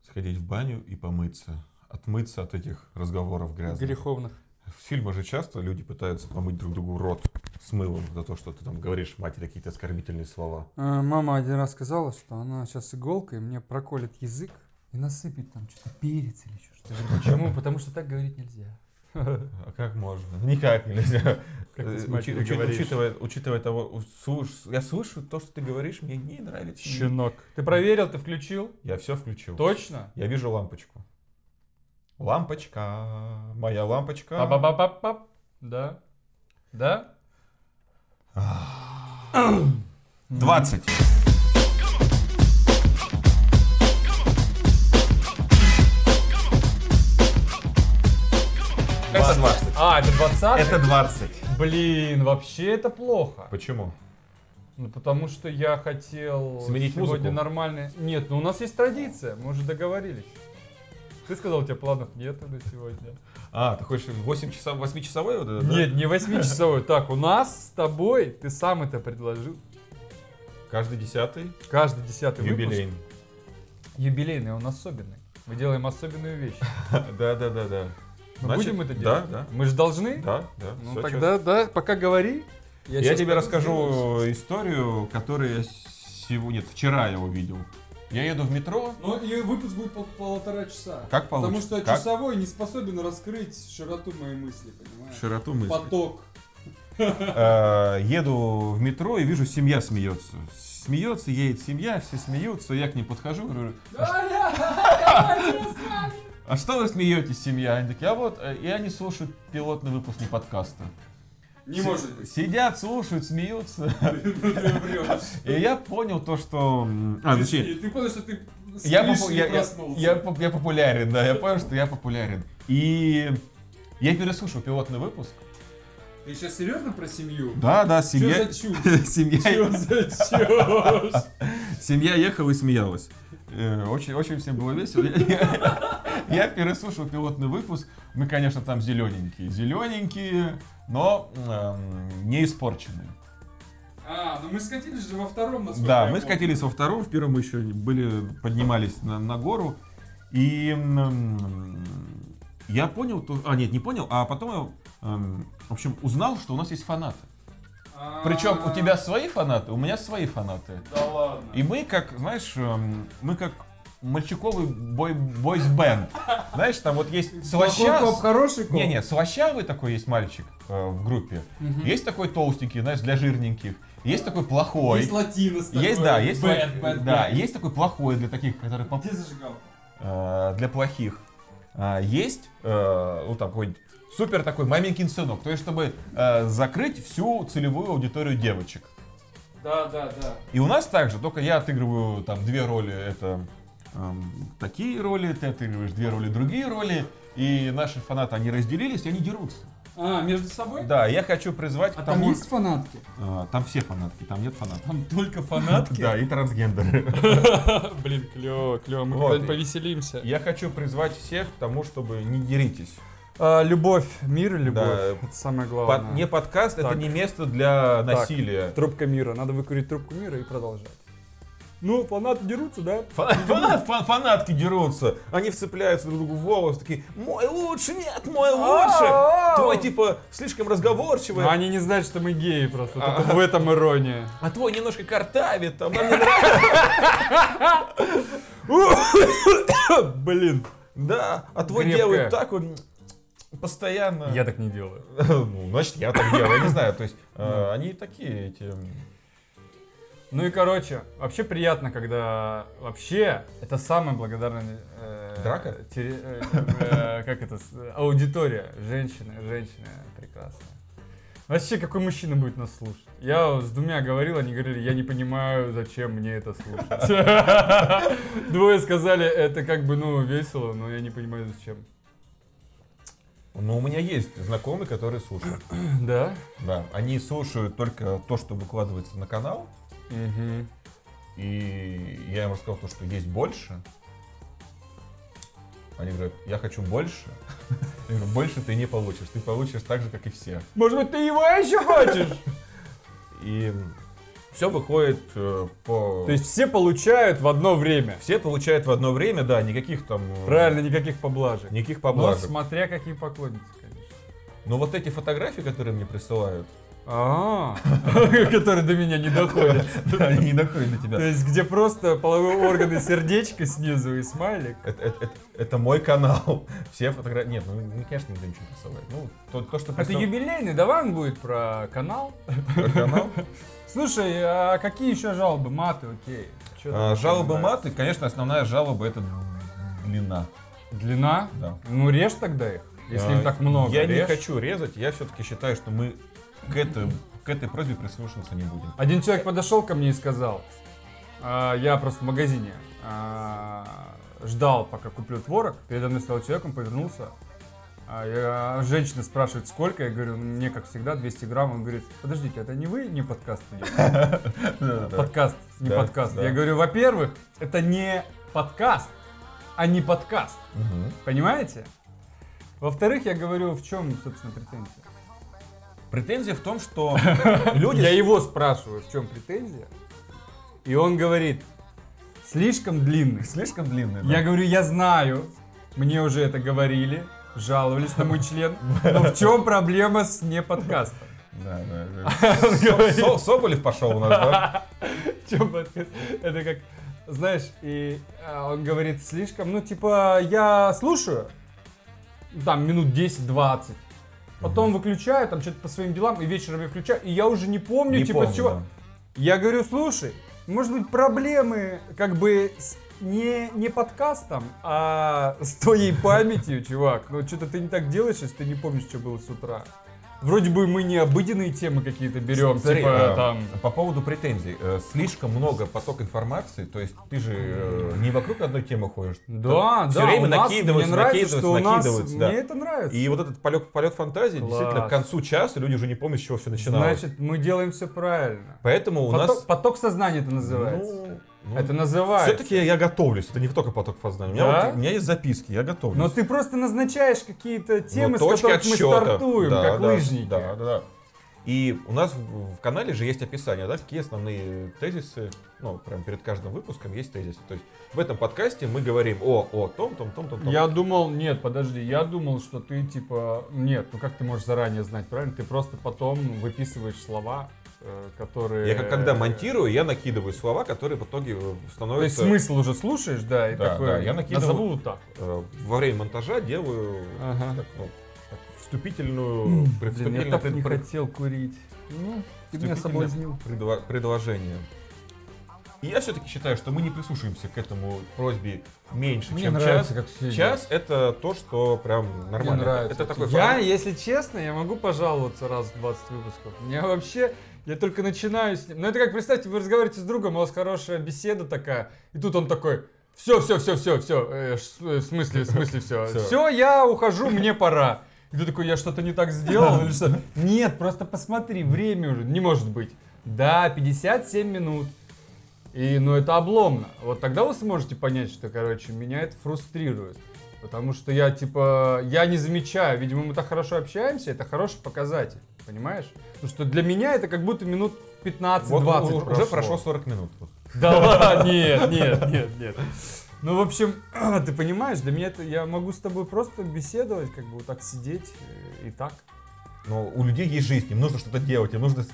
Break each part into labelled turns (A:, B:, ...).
A: Сходить в баню и помыться. Отмыться от этих разговоров грязных.
B: Греховных.
A: В фильмах же часто люди пытаются помыть друг другу рот с мылом за то, что ты там говоришь матери какие-то оскорбительные слова.
B: Мама один раз сказала, что она сейчас иголкой мне проколет язык и насыпет там что-то перец или что-то. Я говорю, почему? Потому что так говорить нельзя.
A: А как можно? Никак нельзя.
B: Как ты с матерью говоришь.
A: Учитывая того, я слышу то, что ты говоришь, мне не нравится.
B: Щенок. Ты проверил, ты включил?
A: Я все включил.
B: Точно?
A: Я вижу лампочку. Лампочка, моя лампочка.
B: Па-па-па-па-па. Да? Да?
A: 20. Это 20.
B: Это 20?
A: Это 20.
B: Блин, вообще это плохо.
A: Почему?
B: Ну, потому что я хотел
A: сменить
B: сегодня
A: музыку?
B: нормально. Нет, ну у нас есть традиция, мы уже договорились. Ты сказал, у тебя планов нету на сегодня.
A: Ты хочешь 8-часовой вот это, да?
B: Нет, не 8-часовой. Так, у нас с тобой, ты сам это предложил.
A: Каждый 10-й
B: Каждый 10-й
A: юбилейный.
B: выпуск. Юбилейный, он особенный. Мы делаем особенную вещь.
A: Да.
B: Мы будем это делать?
A: Да.
B: Мы же должны?
A: Да.
B: Ну
A: Всё
B: тогда, да, пока говори.
A: Я
B: щас
A: тебе
B: пойду сделаю.
A: расскажу историю, которую вчера я увидел. Я еду в метро.
B: Ну и выпуск будет полтора часа.
A: Как получится?
B: Потому что
A: Как?
B: часовой не способен раскрыть широту моей мысли, понимаешь?
A: Широту мысли.
B: Поток.
A: Еду в метро и вижу, семья смеется. Смеется, едет семья, все смеются. Я к ним подхожу, говорю, а что вы смеетесь, семья? Они такие, и они слушают пилотный выпуск не подкаста.
B: Не может быть.
A: Сидят, слушают, смеются.
B: Ты врешь.
A: И я понял то, что...
B: Ты понял, что ты
A: Я
B: спишь и проснулся.
A: я популярен, да, я понял, что я популярен. И я переслушал пилотный выпуск.
B: Ты сейчас серьезно про семью?
A: Да, семья...
B: Что за чушь? Что за чушь?
A: Семья ехала и смеялась. Очень всем было весело. Я переслушал пилотный выпуск. Мы, конечно, там зелененькие, но не испорченные.
B: Ну мы скатились же во втором, насколько
A: Да,
B: я
A: мы
B: помню.
A: скатились во втором, в первом мы еще поднимались на гору. И я понял, не понял, а потом я, в общем, узнал, что у нас есть фанаты. Причем у тебя свои фанаты, у меня свои фанаты.
B: Да ладно.
A: И мы как, знаешь, мы как мальчиковый бойс-бенд. Знаешь, там вот есть слащавый...
B: Хороший коп?
A: Не, слащавый такой есть мальчик в группе. Есть такой толстенький, знаешь, для жирненьких. Есть такой плохой.
B: Есть латинос такой.
A: Есть такой плохой для таких, которые...
B: Где зажигалка?
A: Для плохих. Есть, там какой-нибудь супер такой маменькин сынок. То есть, чтобы закрыть всю целевую аудиторию девочек.
B: Да.
A: И у нас также, только я отыгрываю там 2 роли, это такие роли, ты отыгрываешь 2 роли, другие роли. И наши фанаты, они разделились, и они дерутся.
B: Между собой?
A: Да, я хочу призвать к тому...
B: Там есть фанатки?
A: Там все фанатки, там нет фанатов.
B: Там только фанатки?
A: Да, и трансгендеры.
B: Блин, клево, мы
A: Вот.
B: когда-нибудь повеселимся.
A: Я хочу призвать всех к тому, чтобы не деритесь.
B: Любовь, мир и любовь.
A: Да.
B: Это самое главное.
A: Не подкаст, это
B: Так.
A: не место для насилия.
B: Трубка мира. Надо выкурить трубку мира и продолжать. Ну, фанаты дерутся, да?
A: Фанатки дерутся. Они вцепляются друг другу в волосы, такие, мой лучше, нет, мой лучше. Твой, типа, слишком разговорчивый.
B: Они не знают, что мы геи просто. Только в этом ирония.
A: А твой немножко картавит, там нам не нравится.
B: Блин.
A: Да, а твой
B: Крепкая.
A: делает так вот постоянно.
B: Я так не делаю.
A: Ну, значит, я так делаю, я не знаю. То есть, они такие, эти...
B: Ну и короче, вообще приятно, когда вообще это самая благодарная
A: Драка?
B: Как это? Аудитория. Женщины прекрасная. Вообще, какой мужчина будет нас слушать? Я с 2 говорил, они говорили, я не понимаю, зачем мне это слушать. 2 сказали, это как бы, весело, но я не понимаю, зачем.
A: Ну, у меня есть знакомые, которые слушают.
B: Да?
A: Да, они слушают только то, что выкладывается на канал.
B: Угу.
A: И я им рассказал то, что есть больше. Они говорят, я хочу больше. Я говорю, больше ты не получишь. Ты получишь так же, как и все.
B: Может быть, ты его еще хочешь?
A: И Все выходит по...
B: То есть все получают в одно время.
A: Все получают в одно время, да, никаких там...
B: Правильно, никаких поблажек.
A: Никаких
B: Но
A: поблажек.
B: смотря какие поклонницы, конечно.
A: Но вот эти фотографии, которые мне присылают,
B: Которые до меня не доходят.
A: они не доходят до
B: То
A: тебя.
B: есть, где просто половые органы, сердечко снизу и смайлик.
A: Это мой канал. Все фотографии... Нет, ну, конечно, никто ничего не присылает. Ну, то, что
B: Это юбилейный, давай он будет про канал.
A: канал.
B: Слушай, а какие еще жалобы? Маты, окей. Чё там еще
A: Жалобы
B: не нравится?
A: маты, конечно, основная жалоба — это длина.
B: Длина?
A: Да.
B: Ну режь тогда их, если им так много.
A: Я не
B: режь.
A: хочу резать, я все-таки считаю, что мы к этой просьбе прислушиваться не будем.
B: Один человек подошел ко мне и сказал, я просто в магазине ждал, пока куплю творог, передо мной стоял человек, он повернулся, женщина спрашивает, сколько, я говорю, мне, как всегда, 200 грамм, он говорит, подождите, это не вы, не подкаст идет? Подкаст, не
A: Да,
B: подкаст.
A: да.
B: Я говорю, во-первых, это не подкаст, а не подкаст, понимаете? Во-вторых, я говорю, в чем, собственно, претензия?
A: Претензия в том, что люди...
B: Я его спрашиваю, в чем претензия, и он говорит, слишком длинный.
A: Слишком длинные, да.
B: Я говорю, я знаю, мне уже это говорили, жаловались на мой член, но в чем проблема с не подкастом?
A: Да.
B: Он говорит,
A: Соболев пошел у нас, да?
B: в чем подкаст? Это как, знаешь, и он говорит, слишком, ну типа, я слушаю, там минут 10-20, потом выключаю, там что-то по своим делам, и вечером я включаю, и я уже не помню,
A: Не
B: типа,
A: помню,
B: с чего.
A: да.
B: Я говорю, слушай, может быть, проблемы как бы не подкастом, а с твоей памятью, чувак. Ну, что-то ты не так делаешь, если ты не помнишь, что было с утра. Вроде бы мы не обыденные темы какие-то берем,
A: Смотри,
B: типа там...
A: по поводу претензий. Слишком много поток информации, то есть ты же не вокруг одной темы ходишь.
B: Да,
A: Все
B: да,
A: время
B: у нас,
A: накидываются,
B: мне нравится, что у нас,
A: накидываются, да.
B: мне это нравится.
A: И вот этот полет фантазии,
B: Класс.
A: действительно, к концу часа люди уже не помнят, с чего все начиналось.
B: Значит, мы делаем все правильно.
A: Поэтому у нас...
B: Поток сознания это называется. Это называется.
A: Все-таки я готовлюсь, это не только поток познания.
B: Да?
A: У меня есть записки, я готовлюсь.
B: Но ты просто назначаешь какие-то темы, с
A: точки
B: которых мы
A: отсчета.
B: стартуем,
A: Да,
B: как
A: да,
B: лыжники.
A: Да. И у нас в канале же есть описание, да, какие основные тезисы, ну, прям перед каждым выпуском есть тезисы. То есть в этом подкасте мы говорим о том.
B: Я думал, нет, подожди, я думал, что ты типа, нет, ну как ты можешь заранее знать, правильно? Ты просто потом выписываешь слова, которые...
A: Я когда монтирую, я накидываю слова, которые в итоге
B: То есть
A: становятся...
B: смысл уже слушаешь, да, и
A: Да,
B: такой,
A: да, я накидываю.
B: назову вот так.
A: Во время монтажа делаю
B: Ага.
A: так, вступительную...
B: Блин, я так не хотел курить. Ну, ты меня
A: вступительное
B: соблазнил.
A: предложение. И я все-таки считаю, что мы не прислушаемся к этому просьбе меньше,
B: Мне
A: чем
B: нравится,
A: час.
B: как все
A: Час — это то, что прям
B: Мне
A: нормально.
B: нравится.
A: Это такой
B: Я,
A: формат.
B: если честно, я могу пожаловаться раз в 20 выпусков. Мне вообще, я только начинаю с ним. Ну это как, представьте, вы разговариваете с другом, у вас хорошая беседа такая, и тут он такой, все, в смысле все.
A: Всё.
B: Все, я ухожу, мне пора. И ты такой, я что-то не так сделал или что? Нет, просто посмотри, время уже, не может быть. Да, 57 минут. И, ну, это обломно. Вот тогда вы сможете понять, что, короче, меня это фрустрирует. Потому что я, типа, я не замечаю. Видимо, мы так хорошо общаемся, это хороший показатель. Понимаешь? Потому что для меня это как будто минут 15-20
A: Вот уже прошло 40 минут.
B: Да ладно, нет. Ну, в общем, ты понимаешь, для меня это, я могу с тобой просто беседовать, как бы вот так сидеть и так.
A: Но у людей есть жизнь, им нужно что-то делать, им нужно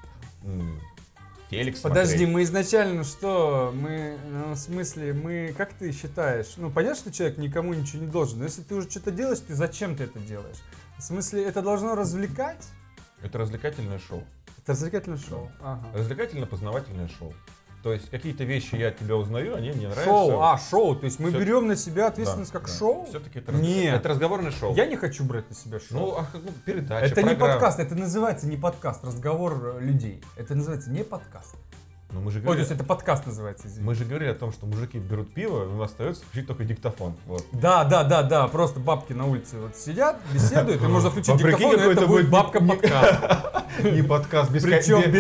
A: телек смотреть.
B: Подожди, мы изначально что? Мы, ну, в смысле, мы, как ты считаешь? Ну, понятно, что человек никому ничего не должен, но если ты уже что-то делаешь, ты зачем ты это делаешь? В смысле, это должно развлекать?
A: Это развлекательное шоу.
B: Это развлекательное шоу. Ага.
A: Развлекательно-познавательное шоу. То есть какие-то вещи я от тебя узнаю, они мне нравятся.
B: Шоу. То есть мы
A: Всё-
B: берем на себя ответственность как шоу?
A: Все-таки это,
B: Нет.
A: это разговорное шоу.
B: Я не хочу брать на себя шоу.
A: Передача,
B: Это не
A: программа.
B: подкаст, это называется не подкаст, разговор людей. Это называется не подкаст.
A: Но мы же
B: Ой, то
A: говорили,
B: есть это подкаст называется, извини.
A: мы же говорили о том, что мужики берут пиво, им остается включить только диктофон. Вот.
B: Да, просто бабки на улице вот сидят, беседуют, и можно включить
A: А прикинь,
B: диктофон, и
A: какой
B: это
A: это
B: будет
A: будет
B: бабка подкаст.
A: Не подкаст,
B: Причем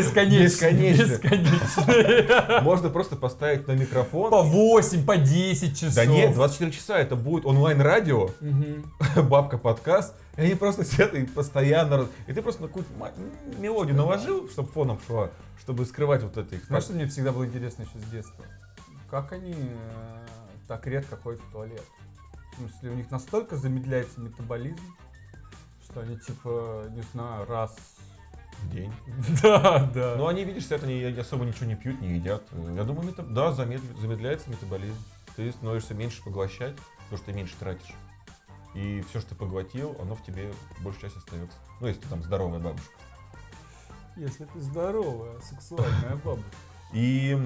B: бесконечный.
A: Можно просто поставить на микрофон.
B: По 8, по 10 часов.
A: Да нет, 24 часа это будет онлайн-радио,
B: Мгм.
A: бабка подкаст, и они просто сидят и постоянно... И ты просто на какую-то мелодию наложил, чтобы фоном шла, чтобы скрывать вот это их.
B: Знаешь, что мне всегда было интересно еще с детства? Как они так редко ходят в туалет? В смысле, у них настолько замедляется метаболизм, что они типа, не знаю, раз...
A: В день.
B: Да, да.
A: Но они, видишь, сидят, они особо ничего не пьют, не едят. Я думаю, да, замедляется метаболизм. Ты становишься меньше поглощать, потому что ты меньше тратишь. И все, что ты поглотил, оно в тебе большая часть остается. Ну, если ты там здоровая бабушка.
B: Если ты здоровая, сексуальная бабушка.
A: И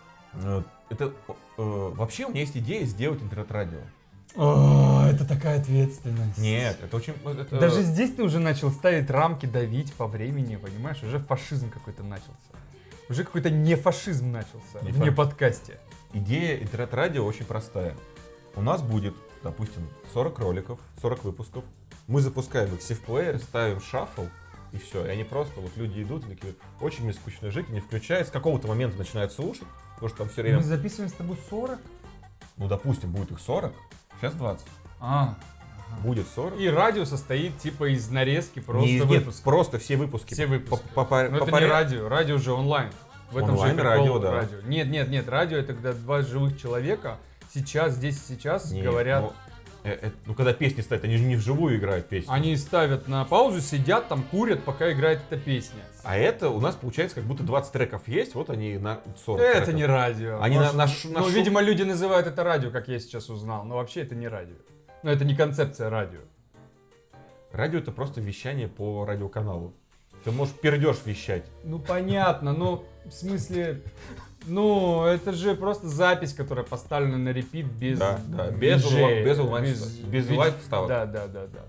A: это вообще у меня есть идея сделать интернет-радио.
B: О, это такая ответственность.
A: Нет, это очень... это-
B: Даже здесь ты уже начал ставить рамки, давить по времени, понимаешь? Уже фашизм какой-то начался. Уже какой-то не фашизм начался
A: Не
B: вне подкасте.
A: Идея интернет-радио очень простая. У нас будет, допустим, 40 роликов, 40 выпусков. Мы запускаем их в сейф-плеер, ставим шаффл, и все. И они просто, вот люди идут, и такие, очень мне скучно жить, и не включают. С какого-то момента начинают слушать, потому что там все время...
B: Мы записываем с тобой 40?
A: Ну, допустим, будет их 40, сейчас 20. Будет 40.
B: И радио состоит типа из нарезки просто
A: Нет,
B: выпусков.
A: просто все выпуски.
B: Все выпуски.
A: По
B: Но это не
A: порядку.
B: радио, радио же онлайн. В этом
A: Онлайн
B: же
A: радио,
B: прикол
A: да.
B: радио. Нет, радио это когда два живых человека сейчас, здесь и сейчас
A: Не,
B: говорят.
A: ну, когда песни ставят, они же не вживую играют песни.
B: Они ставят на паузу, сидят там, курят, пока играет эта песня.
A: А это у нас получается как будто 20 треков есть, вот они на 40
B: Это
A: треков.
B: не радио.
A: Они
B: Может,
A: на
B: ну, видимо, люди называют это радио, как я сейчас узнал. Но вообще это не радио. Но это не концепция радио.
A: Радио это просто вещание по радиоканалу. Ты можешь пердеж вещать.
B: Ну понятно, но в смысле, ну это же просто запись, которая поставлена на репит без
A: Да, без
B: диджея,
A: без лайв-вставок.
B: Да. Диджея.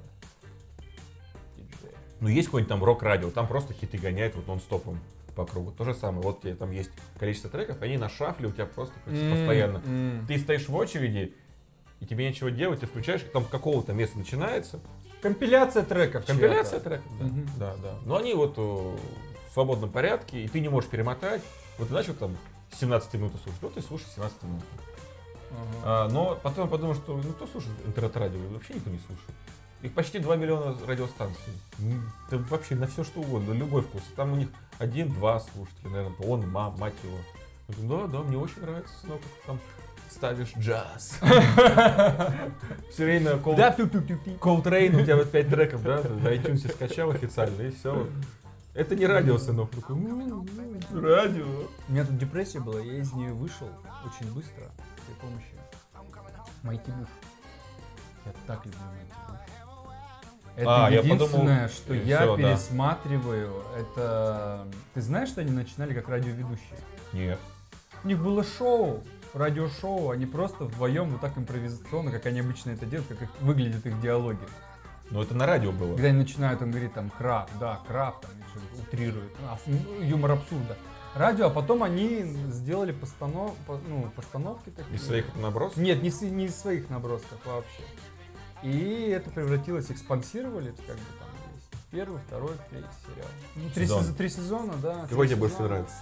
A: Ну есть какой-нибудь там рок-радио, там просто хиты гоняют вот нон-стопом по кругу. То же самое, вот тебе там есть количество треков, они на шафле у тебя просто постоянно. Ты стоишь в очереди, и тебе нечего делать, ты включаешь, и там какого-то места начинается.
B: Компиляция треков.
A: Компиляция
B: чья-то.
A: треков, да.
B: Мгм.
A: Да. Но они вот в свободном порядке, и ты не можешь перемотать. Вот ты начал там 17 минут слушать, вот ты слушаешь 17 минут.
B: Ага.
A: Но потом я подумал, что ну кто слушает интернет-радио? Вообще никто не слушает. Их почти 2 миллиона радиостанций. Да вообще на все что угодно, на любой вкус. Там у них 1-2 слушателя, наверное, он, мать его. Я говорю, да, мне очень нравится, сынок, как ты там ставишь джаз. Все время
B: Да, пю-пю-пю-пю.
A: Coltrane, у тебя вот 5 треков, да, на iTunes скачал официально, и все. Это не радио, сынок. Такой, радио.
B: У меня тут депрессия была, я из нее вышел очень быстро при помощи Mighty Bush. Я так люблю Mighty Bush. Это
A: я
B: единственное,
A: подумал,
B: что
A: и
B: я
A: всё, да.
B: пересматриваю. Это... Ты знаешь, что они начинали как радиоведущие?
A: Нет.
B: У них было шоу, радиошоу, они просто вдвоем вот так импровизационно, как они обычно это делают, как выглядят их диалоги.
A: Но это на радио было.
B: Когда они начинают, он говорит там краб, там, утрирует, юмор абсурда. Радио, а потом они сделали постановки такие.
A: Из своих набросов?
B: Нет, не из своих набросков вообще. И это превратилось, экспансировали, как бы там есть первый, второй, третий сериал. Ну, три сезона, да.
A: Какой тебе
B: три
A: больше
B: сезона.
A: нравится?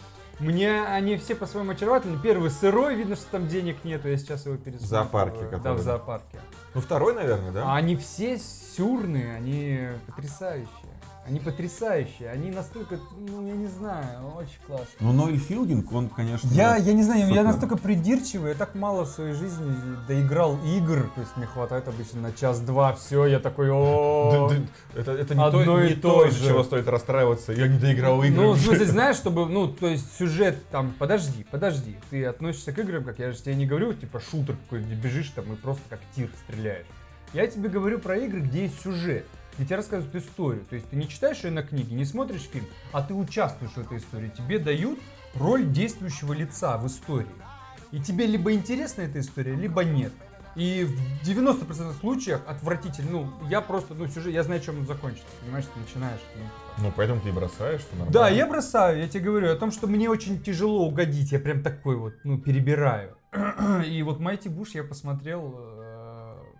B: Мне они все по-своему очаровательны. Первый сырой, видно, что там денег нету, я сейчас его пересмотрю.
A: В зоопарке,
B: Да,
A: который.
B: в зоопарке.
A: Ну второй, наверное, да?
B: А они все сюрные, они потрясающие. Они потрясающие, они настолько, ну я не знаю, очень классно.
A: Ну Ноэль Филдинг, он, конечно...
B: Я не знаю,
A: супер.
B: я настолько придирчивый, я так мало в своей жизни доиграл игр, то есть мне хватает обычно на час-два, все, я такой, о.
A: Это не
B: Одно
A: то,
B: и
A: не
B: то
A: то, из
B: же.
A: чего стоит расстраиваться. Я не доиграл игры.
B: Ну, в смысле, знаешь, чтобы, ну, то есть сюжет там, подожди, ты относишься к играм, как я же тебе не говорю, типа шутер какой-то, где бежишь там и просто как тир стреляешь. Я тебе говорю про игры, где есть сюжет, где тебе рассказывают историю. То есть ты не читаешь ее на книге, не смотришь фильм, а ты участвуешь в этой истории. Тебе дают роль действующего лица в истории. И тебе либо интересна эта история, либо нет. И в 90% случаях отвратительно. Ну, я просто, сюжет, я знаю, чем он закончится. Понимаешь, ты начинаешь.
A: Ну, поэтому ты и бросаешь, что нормально.
B: Да, я бросаю, я тебе говорю о том, что мне очень тяжело угодить. Я прям такой вот, перебираю. И вот Mighty Bush я посмотрел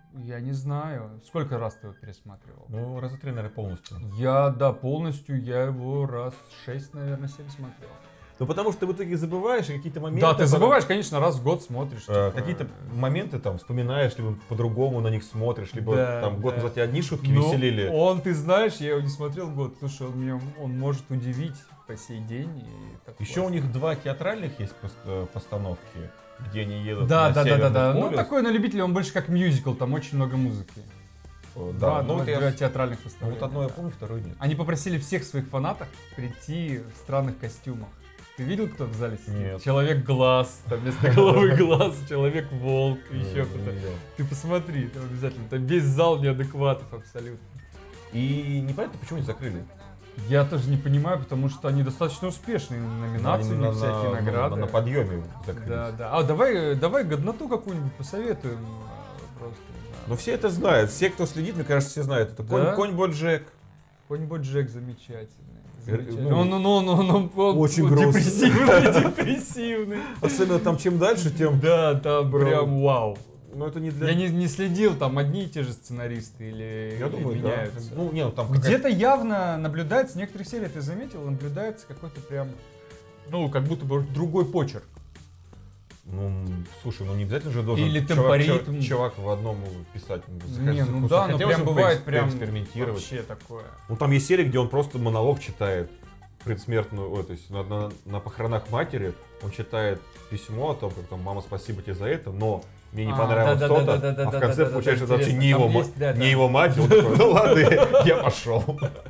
B: Я не знаю. Сколько раз ты его пересматривал?
A: Ну, раза 3, наверное, полностью.
B: Полностью, я его раз 6, наверное, 7 смотрел.
A: Ну, потому что ты в итоге забываешь, и какие-то моменты...
B: Да, ты забываешь, конечно, раз в год смотришь.
A: Какие-то моменты там вспоминаешь, либо по-другому на них смотришь, либо
B: Да,
A: там год
B: да.
A: назад тебя одни шутки
B: Ну,
A: веселили.
B: ты знаешь, я его не смотрел год. Слушай, он может удивить по сей день. И так
A: Еще у
B: классно.
A: них 2 театральных есть постановки, где они едут
B: Да.
A: на Северный
B: Ну,
A: полюс.
B: такой на любителя, он больше как мюзикл, там очень много музыки.
A: Да, ну,
B: Два театральных
A: ну,
B: постановления.
A: вот одно я
B: да.
A: помню, второе нет.
B: Они попросили всех своих фанатов прийти в странных костюмах. Ты видел, кто в зале сидит?
A: Нет.
B: Человек-глаз, там вместо головы глаз, человек-волк, еще
A: Не
B: кто-то.
A: видел.
B: Ты посмотри, там обязательно, там весь зал неадекватов абсолютно.
A: И непонятно, почему не закрыли.
B: Я тоже не понимаю, потому что они достаточно успешные, номинации,
A: На-
B: всякие
A: на-
B: награды.
A: На подъеме закрылись.
B: Да. А давай годноту какую-нибудь посоветуем просто. Да.
A: Но все это знают. Все, кто следит, мне кажется, все знают. Это
B: Да?
A: конь Боджек.
B: Конь Боджек замечательный.
A: Ну,
B: Он
A: очень грустный.
B: депрессивный.
A: Особенно там чем дальше, тем...
B: Да, там
A: Бро.
B: прям вау.
A: Ну это не для...
B: Я не следил, там одни и те же сценаристы или
A: Я думаю, да.
B: меняются.
A: Ну, не, ну там какая-то...
B: Где-то явно наблюдается, в некоторых сериях ты заметил, наблюдается какой-то прям, как будто бы другой почерк.
A: Ну, слушай, ну не обязательно же должен
B: Или темпоритм.
A: чувак в одном писать.
B: Не, ну да, но прям бывает прям
A: экспериментировать.
B: вообще такое.
A: Ну там есть серия, где он просто монолог читает предсмертную, то есть на похоронах матери он читает письмо о том, как там мама, спасибо тебе за это, но мне не понравилось то-то, а в конце получается, это вообще не его мать, он такой, ну ладно, я пошел.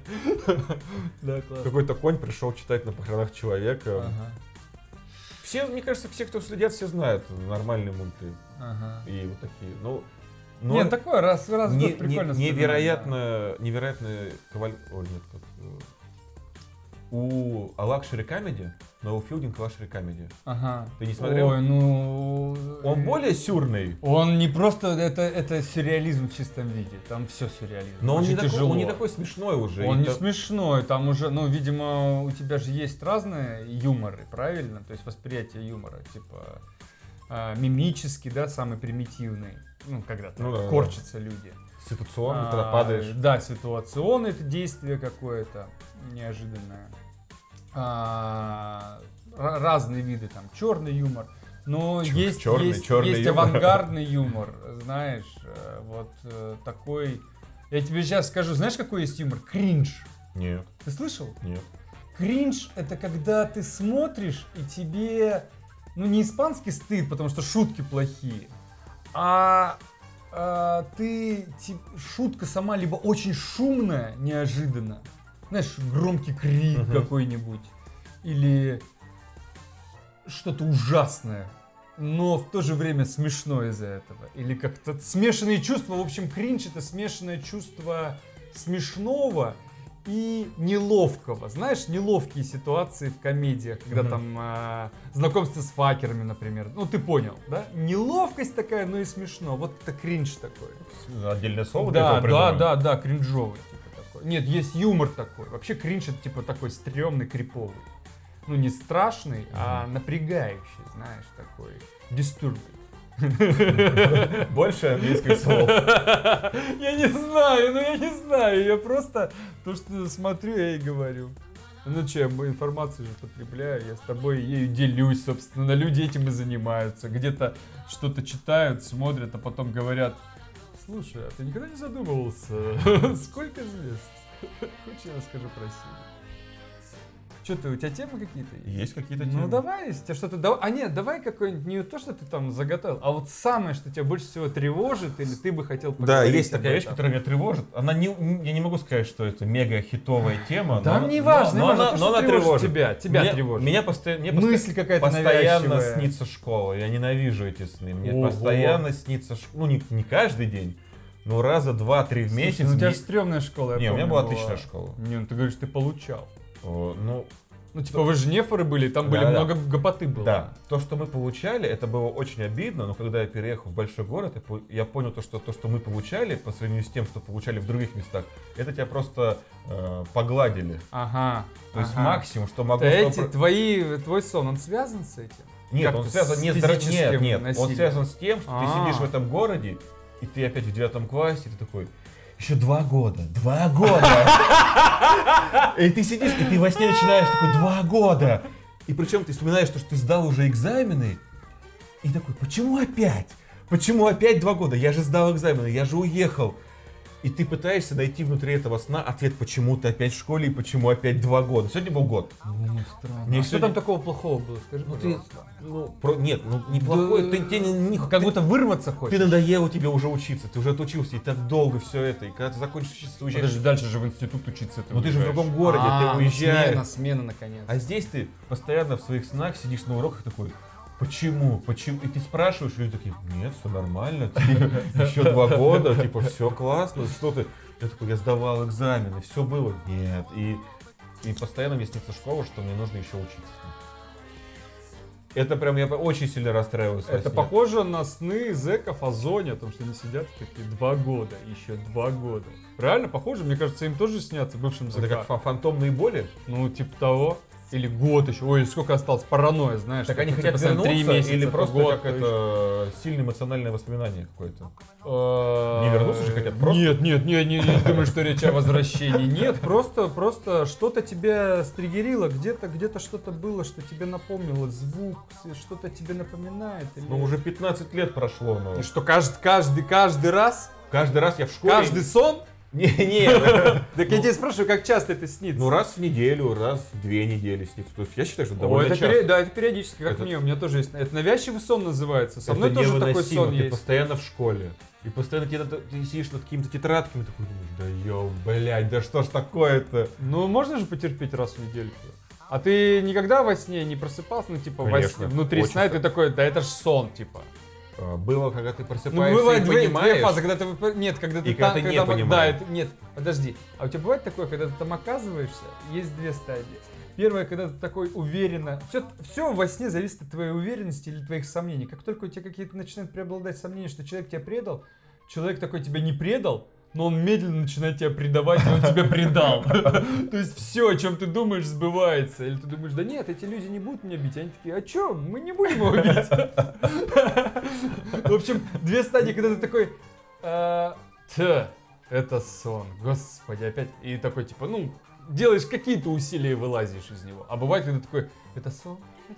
B: Да, классно.
A: Какой-то конь пришел читать на похоронах человека.
B: Ага,
A: Все, мне кажется, все, кто следят, все знают нормальные мульты
B: ага.
A: и вот такие. Ну,
B: Нет, такое раз в год прикольно.
A: невероятно Ой, нет, как... У Лакшери Камеди, Ноуфилдинг Лакшери Камеди.
B: Ага.
A: Ты не смотрел?
B: Ой, ну...
A: Он более сюрный,
B: Он не просто, это сюрреализм в чистом виде, там все сюрреализм.
A: но он
B: Очень
A: он не такой смешной уже.
B: Он
A: И
B: не
A: та-
B: смешной, там уже, видимо, у тебя же есть разные юморы, правильно? То есть восприятие юмора, типа мимический, да, самый примитивный, когда там
A: Ну да,
B: корчатся люди.
A: Ситуационно, когда падаешь.
B: Да, ситуационное это действие какое-то неожиданное. Разные виды, там, черный юмор. Но есть
A: черный юмор.
B: авангардный юмор, знаешь, такой... Я тебе сейчас скажу, знаешь, какой есть юмор? Кринж.
A: Нет,
B: Ты слышал?
A: нет.
B: Кринж — это когда ты смотришь, и тебе, не испанский стыд, потому что шутки плохие, шутка сама либо очень шумная, неожиданно, знаешь, громкий крик какой-нибудь, или что-то ужасное, но в то же время смешно из-за этого. Или как-то смешанные чувства. В общем, кринж — это смешанное чувство смешного и неловкого. Знаешь, неловкие ситуации в комедиях, когда там знакомство с факерами, например. Ну, ты понял, да? Неловкость такая, но и смешно. Вот это кринж такой.
A: Отдельное слово для этого придумали?
B: Да, кринжовый типа такой. Нет, есть юмор такой. Вообще кринж — это типа такой стрёмный, криповый. Ну, не страшный, а напрягающий, знаешь, такой disturbing.
A: Больше английских слов.
B: Я не знаю, я просто то, что смотрю, я и говорю. Ну что, я информацию же потребляю, я с тобой ею делюсь, собственно, люди этим и занимаются. Где-то что-то читают, смотрят, а потом говорят: слушай, а ты никогда не задумывался, сколько звезд? Хочешь, я расскажу про Сирию? Что-то, у тебя темы какие-то есть?
A: Есть какие-то темы.
B: Ну давай, если тебя что-то... давай какой-нибудь, не то, что ты там заготовил, а вот самое, что тебя больше всего тревожит, или ты бы хотел
A: Да,
B: поговорить
A: есть
B: об
A: такая вещь,
B: этом.
A: которая меня тревожит. Я не могу сказать, что это мега хитовая тема.
B: Да,
A: но-
B: не важно,
A: но
B: то,
A: она
B: что
A: тревожит.
B: тебя тревожит.
A: Мне
B: Мысль какая-то
A: постоянно
B: навязчивая.
A: снится школа. Я ненавижу эти сны. Мне
B: Ого.
A: постоянно снится школа. Ну, не каждый день, но раза 2-3 в месяц.
B: Ну у тебя
A: мне-
B: же стрёмная школа, я
A: Не, у меня
B: помню,
A: была отличная школа.
B: Не, ну ты говоришь, ты получал.
A: Ну,
B: Ну типа вы же нефоры были, там были
A: Да.
B: много гопоты было.
A: да. То, что мы получали, это было очень обидно, но когда я переехал в большой город, я понял то, что мы получали, по сравнению с тем, что получали в других местах, это тебя просто погладили.
B: Ага.
A: То есть
B: ага.
A: максимум, что могу... что-
B: Твой сон, он связан с этим?
A: Нет,
B: Как-то
A: он связан
B: с
A: не с
B: физическим
A: Нет, он
B: насилием?
A: связан с тем, что ты сидишь в этом городе, и ты опять в 9 классе, и ты такой, еще 2 года, 2 года. И ты сидишь, и ты во сне начинаешь такой, 2 года. И причем ты вспоминаешь, что ты сдал уже экзамены, и такой, почему опять? Почему опять 2 года? Я же сдал экзамены, я же уехал. И ты пытаешься найти внутри этого сна ответ, почему ты опять в школе и почему опять 2 года. Сегодня был год.
B: Ну, странно.
A: Мне
B: Что там такого плохого было? Скажи, пожалуйста.
A: Нет, неплохой.
B: Как будто вырваться хочешь.
A: Ты надоело тебе уже учиться, ты уже отучился, и так долго все это, и когда ты закончишь учиться, ты уезжаешь.
B: Подожди, дальше же в институт учиться.
A: Ну ты же в другом городе, ты уезжаешь.
B: Смена наконец.
A: А здесь ты постоянно в своих снах сидишь на уроках такой, почему? И ты спрашиваешь, и люди такие, нет, все нормально, еще 2 года, типа, все классно, что ты? Я такой, я сдавал экзамены, все было. Нет, и постоянно мне снится школа, что мне нужно еще учиться. Это прям, я очень сильно расстраиваюсь.
B: Это похоже на сны зэков о зоне, о том, что они сидят такие 2 года, еще 2 года. Реально похоже? Мне кажется, им тоже снятся бывшим
A: Это
B: зэкам.
A: как фантомные боли?
B: Ну, типа того. Или год еще. Ой, сколько осталось? Паранойя, знаешь.
A: Так они хотят
B: постоянно
A: вернуться
B: 3 месяца,
A: или
B: то
A: просто
B: год,
A: как
B: то
A: это сильное эмоциональное воспоминание какое-то?
B: Не
A: вернуться же хотят, просто?
B: Нет, не думаю, что речь о возвращении. Нет, просто что-то тебя стригерило, где-то что-то было, что тебе напомнило, звук, что-то тебе напоминает.
A: Ну уже 15 лет прошло, но...
B: И что каждый раз?
A: Каждый раз я в школе...
B: Каждый сон?
A: Нет.
B: Так я тебя спрашиваю, как часто это снится?
A: Ну раз в неделю, раз в 2 недели снится. То есть я считаю, что довольно
B: это
A: часто.
B: Да, это периодически, как мне. У меня тоже есть. Это навязчивый сон называется. Со мной
A: Это
B: тоже такой
A: невыносимо,
B: сон
A: ты
B: есть.
A: постоянно в школе. И постоянно ты сидишь над какими-то тетрадками, такой думаешь, да блядь, да что ж такое-то?
B: Ну, можно же потерпеть раз в недельку. А ты никогда во сне не просыпался, ну, типа,
A: Конечно,
B: внутри
A: очень
B: сна, и ты такой, да это ж сон, типа.
A: Было, когда ты
B: Ну,
A: просыпаешься
B: бывает
A: и
B: две
A: понимаешь.
B: фазы, когда ты... Нет, когда ты
A: И когда ты не понимаешь.
B: Да, нет, подожди. А у тебя бывает такое, когда ты там оказываешься, есть 2 стадии. Первая, когда ты такой уверенно... Все во сне зависит от твоей уверенности или твоих сомнений. Как только у тебя какие-то начинают преобладать сомнения, что человек тебя предал, человек такой тебя не предал, но он медленно начинает тебя предавать, и он тебя предал. То есть все, о чем ты думаешь, сбывается. Или ты думаешь, да нет, эти люди не будут меня бить. Они такие, а что, мы не будем его бить. В общем, 2 стадии, когда ты такой, это сон, господи, опять. И такой, типа, ну, делаешь какие-то усилия и вылазишь из него. А бывает, когда такой, это сон,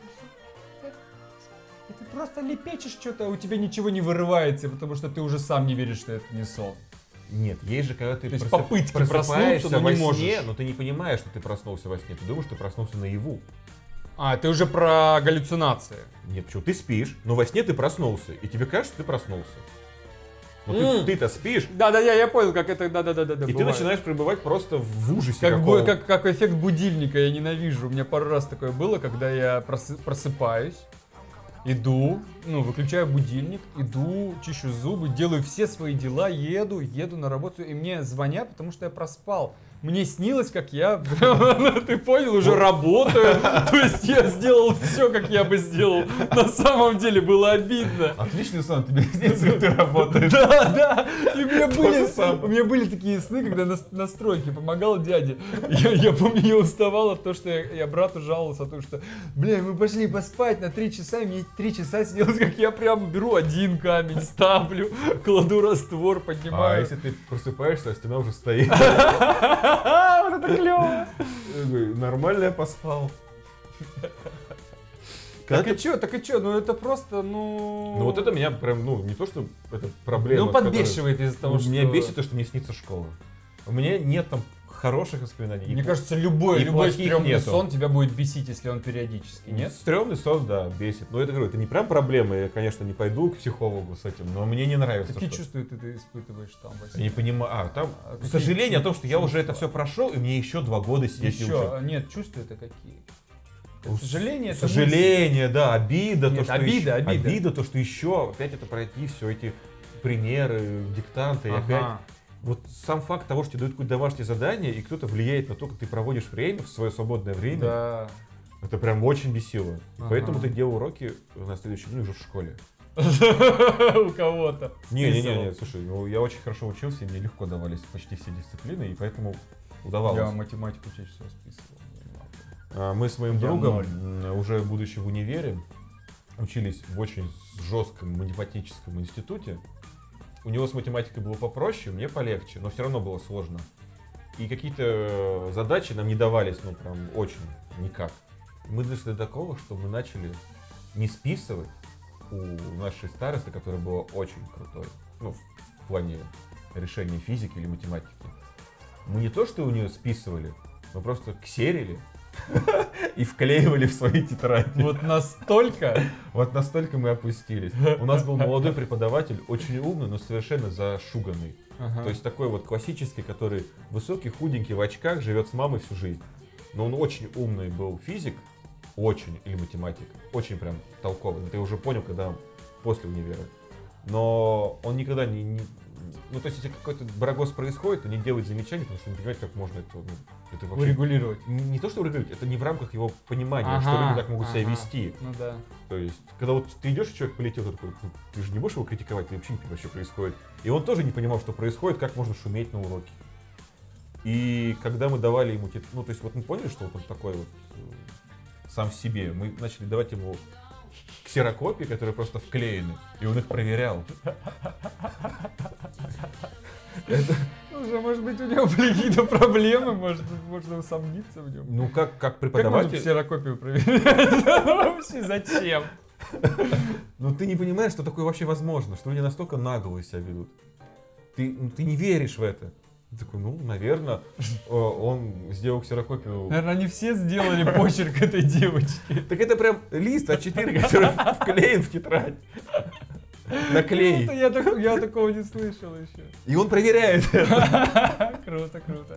B: и ты просто лепечешь что-то, а у тебя ничего не вырывается, потому что ты уже сам не веришь, что это не сон.
A: Нет, есть же, когда ты
B: То есть попытки
A: просыпаешься
B: проснуться, но
A: во
B: не
A: сне,
B: можешь.
A: но ты не понимаешь, что ты проснулся во сне. Ты думаешь, что ты проснулся наяву.
B: А, ты уже про галлюцинации.
A: Нет, почему? Ты спишь, но во сне ты проснулся. И тебе кажется, что ты проснулся. Но ты-то спишь,
B: Да, я понял, как это, да,
A: и
B: бывает.
A: ты начинаешь пребывать просто в ужасе каком-то.
B: Как эффект будильника, я ненавижу. У меня пару раз такое было, когда я просыпаюсь, иду, выключаю будильник, иду, чищу зубы, делаю все свои дела, еду на работу, и мне звонят, потому что я проспал. Мне снилось, как я, ты понял, уже работаю. То есть я сделал все, как я бы сделал. На самом деле было обидно.
A: Отличный сон, тебе снится, как ты работаешь.
B: Да. И у меня были такие сны, когда на стройке помогал дяде. Я помню, я уставал от того, что я брату жаловался, о том, что, мы пошли поспать на 3 часа, и мне 3 часа снилось, как я прям беру 1 камень, ставлю, кладу раствор, поднимаю.
A: А если ты просыпаешься, а стена уже стоит?
B: Вот это клево!
A: Нормально я поспал.
B: Так и чё, ну это просто,
A: Ну вот это меня прям, не то, что это проблема.
B: Подбешивает из-за того, что...
A: Меня бесит то, что мне снится школа. У меня нет там хороших воспоминаний.
B: Мне кажется, любой
A: плохих
B: стрёмный
A: нету.
B: сон тебя будет бесить, если он периодически, нет?
A: Стрёмный сон, да, бесит. Но это, говорю, это не прям проблема. Я, конечно, не пойду к психологу с этим, но мне не нравится.
B: Какие чувства ты испытываешь там во
A: Я
B: сне?
A: не понимаю.
B: какие
A: Сожаление о том, что я
B: чувства?
A: уже это все прошел, и мне еще 2 года сидеть и учить.
B: Нет, чувства это какие? Сожаление, это
A: Сожаление, да, обида,
B: Нет,
A: обида, то, что еще опять это пройти, все эти примеры, диктанты, и опять. Вот сам факт того, что тебе дают какое-то домашнее задание, и кто-то влияет на то, как ты проводишь время, в свое свободное время,
B: Да.
A: это прям очень бесило.
B: Ага.
A: Поэтому ты делал уроки на следующий день уже в школе.
B: У кого-то.
A: Не, слушай, я очень хорошо учился, и мне легко давались почти все дисциплины, и поэтому удавалось.
B: Я математику чаще всего списывал.
A: Мы с моим
B: Я
A: другом, уже будучи в универе, учились в очень жестком математическом институте. у него с математикой было попроще, мне полегче, но все равно было сложно. И какие-то задачи нам не давались, ну прям очень никак. Мы дошли до такого, что мы начали не списывать у нашей старосты, которая была очень крутой, ну в плане решения физики или математики. Мы не то, что у нее списывали, мы просто ксерили и вклеивали в свои тетради.
B: Вот настолько?
A: Вот настолько мы опустились. У нас был молодой преподаватель, очень умный, но совершенно зашуганный. То есть такой вот классический, который высокий, худенький, в очках, живет с мамой всю жизнь. Но он очень умный был физик, очень, или математик, очень прям толковый. Это я уже понял, когда после универа. Но он никогда ну, то есть, если какой-то барагоз происходит, то не делает замечаний, потому что не понимает, как можно это вообще...
B: Урегулировать.
A: Не то, что урегулировать, это не в рамках его понимания, что люди так могут себя вести.
B: Ну да.
A: То есть, когда вот ты идешь, и человек полетел, ты такой, ты же не будешь его критиковать, ты вообще не понимаешь, что происходит. И он тоже не понимал, что происходит, как можно шуметь на уроке. И когда мы давали ему, ну, то есть, вот мы поняли, что вот он такой вот сам в себе, мы начали давать ему ксерокопии, которые просто вклеены, и он их проверял.
B: Уже, может быть, у него были какие-то проблемы, можно усомниться в нем.
A: Ну, как
B: Как
A: преподаватель...
B: можно ксерокопию проверять? Вообще зачем?
A: Ну, ты не понимаешь, что такое вообще возможно, что люди настолько нагло себя ведут. Ты не веришь в это. Ты такой, ну, наверное, он сделал ксерокопию.
B: Наверное, они все сделали почерк этой девочки.
A: Так это прям лист А4, который вклеен в тетрадь. Наклей.
B: Я такого не слышал еще.
A: И он проверяет.
B: Круто, круто.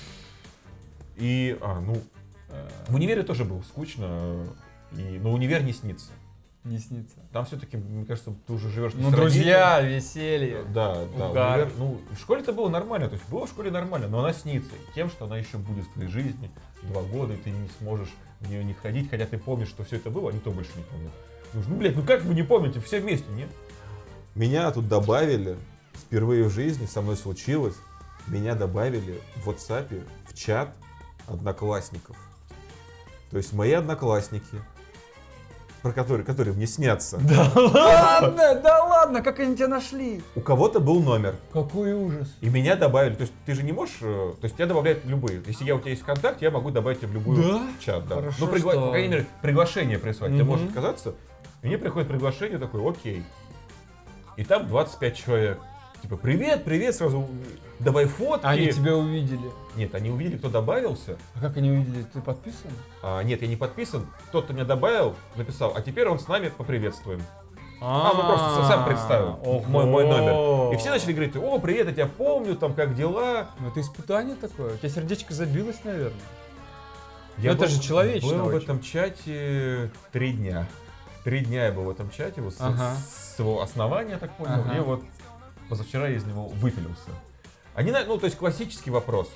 A: И, в универе тоже было скучно, но универ не снится.
B: Не снится.
A: Там все-таки, мне кажется, ты уже живешь...
B: Ну, друзья, веселье.
A: Да,
B: угар.
A: универ, ну, в школе это было нормально, то есть было в школе нормально, но она снится тем, что она еще будет в твоей жизни 2 года, и ты не сможешь в нее не ходить, хотя ты помнишь, что все это было, а никто больше не помнит. Ну, блядь, ну как вы не помните, все вместе, нет? Меня тут добавили, впервые в жизни со мной случилось, меня добавили в WhatsApp в чат одноклассников. То есть мои одноклассники, про которые мне снятся.
B: Да ладно, как они тебя нашли?
A: У кого-то был номер.
B: Какой ужас.
A: И меня добавили. То есть ты же не можешь... То есть тебя добавляют любые. Если у тебя есть ВКонтакте, я могу добавить тебя в любую чат. Да.
B: Хорошо,
A: Ну,
B: что...
A: по крайней мере, приглашение прислать. Ты можешь отказаться. И мне приходит приглашение, такой, окей. И там 25 человек. Типа, привет, сразу давай фотки.
B: Они тебя увидели.
A: Нет, они увидели, кто добавился.
B: А как они увидели? Ты подписан?
A: Нет, я не подписан. Тот, кто меня добавил, написал, а теперь он с нами, поприветствуем. Ну просто сам представил мой номер. И все начали говорить, о, привет, я тебя помню, там, как дела.
B: Ну это испытание такое. У тебя сердечко забилось, наверное.
A: Это
B: же человечно.
A: Я был в этом чате 3 дня. 3 дня я был в этом чате, вот с его основания, я так понял, и вот позавчера я из него выпилился. Ну, то есть классический вопрос.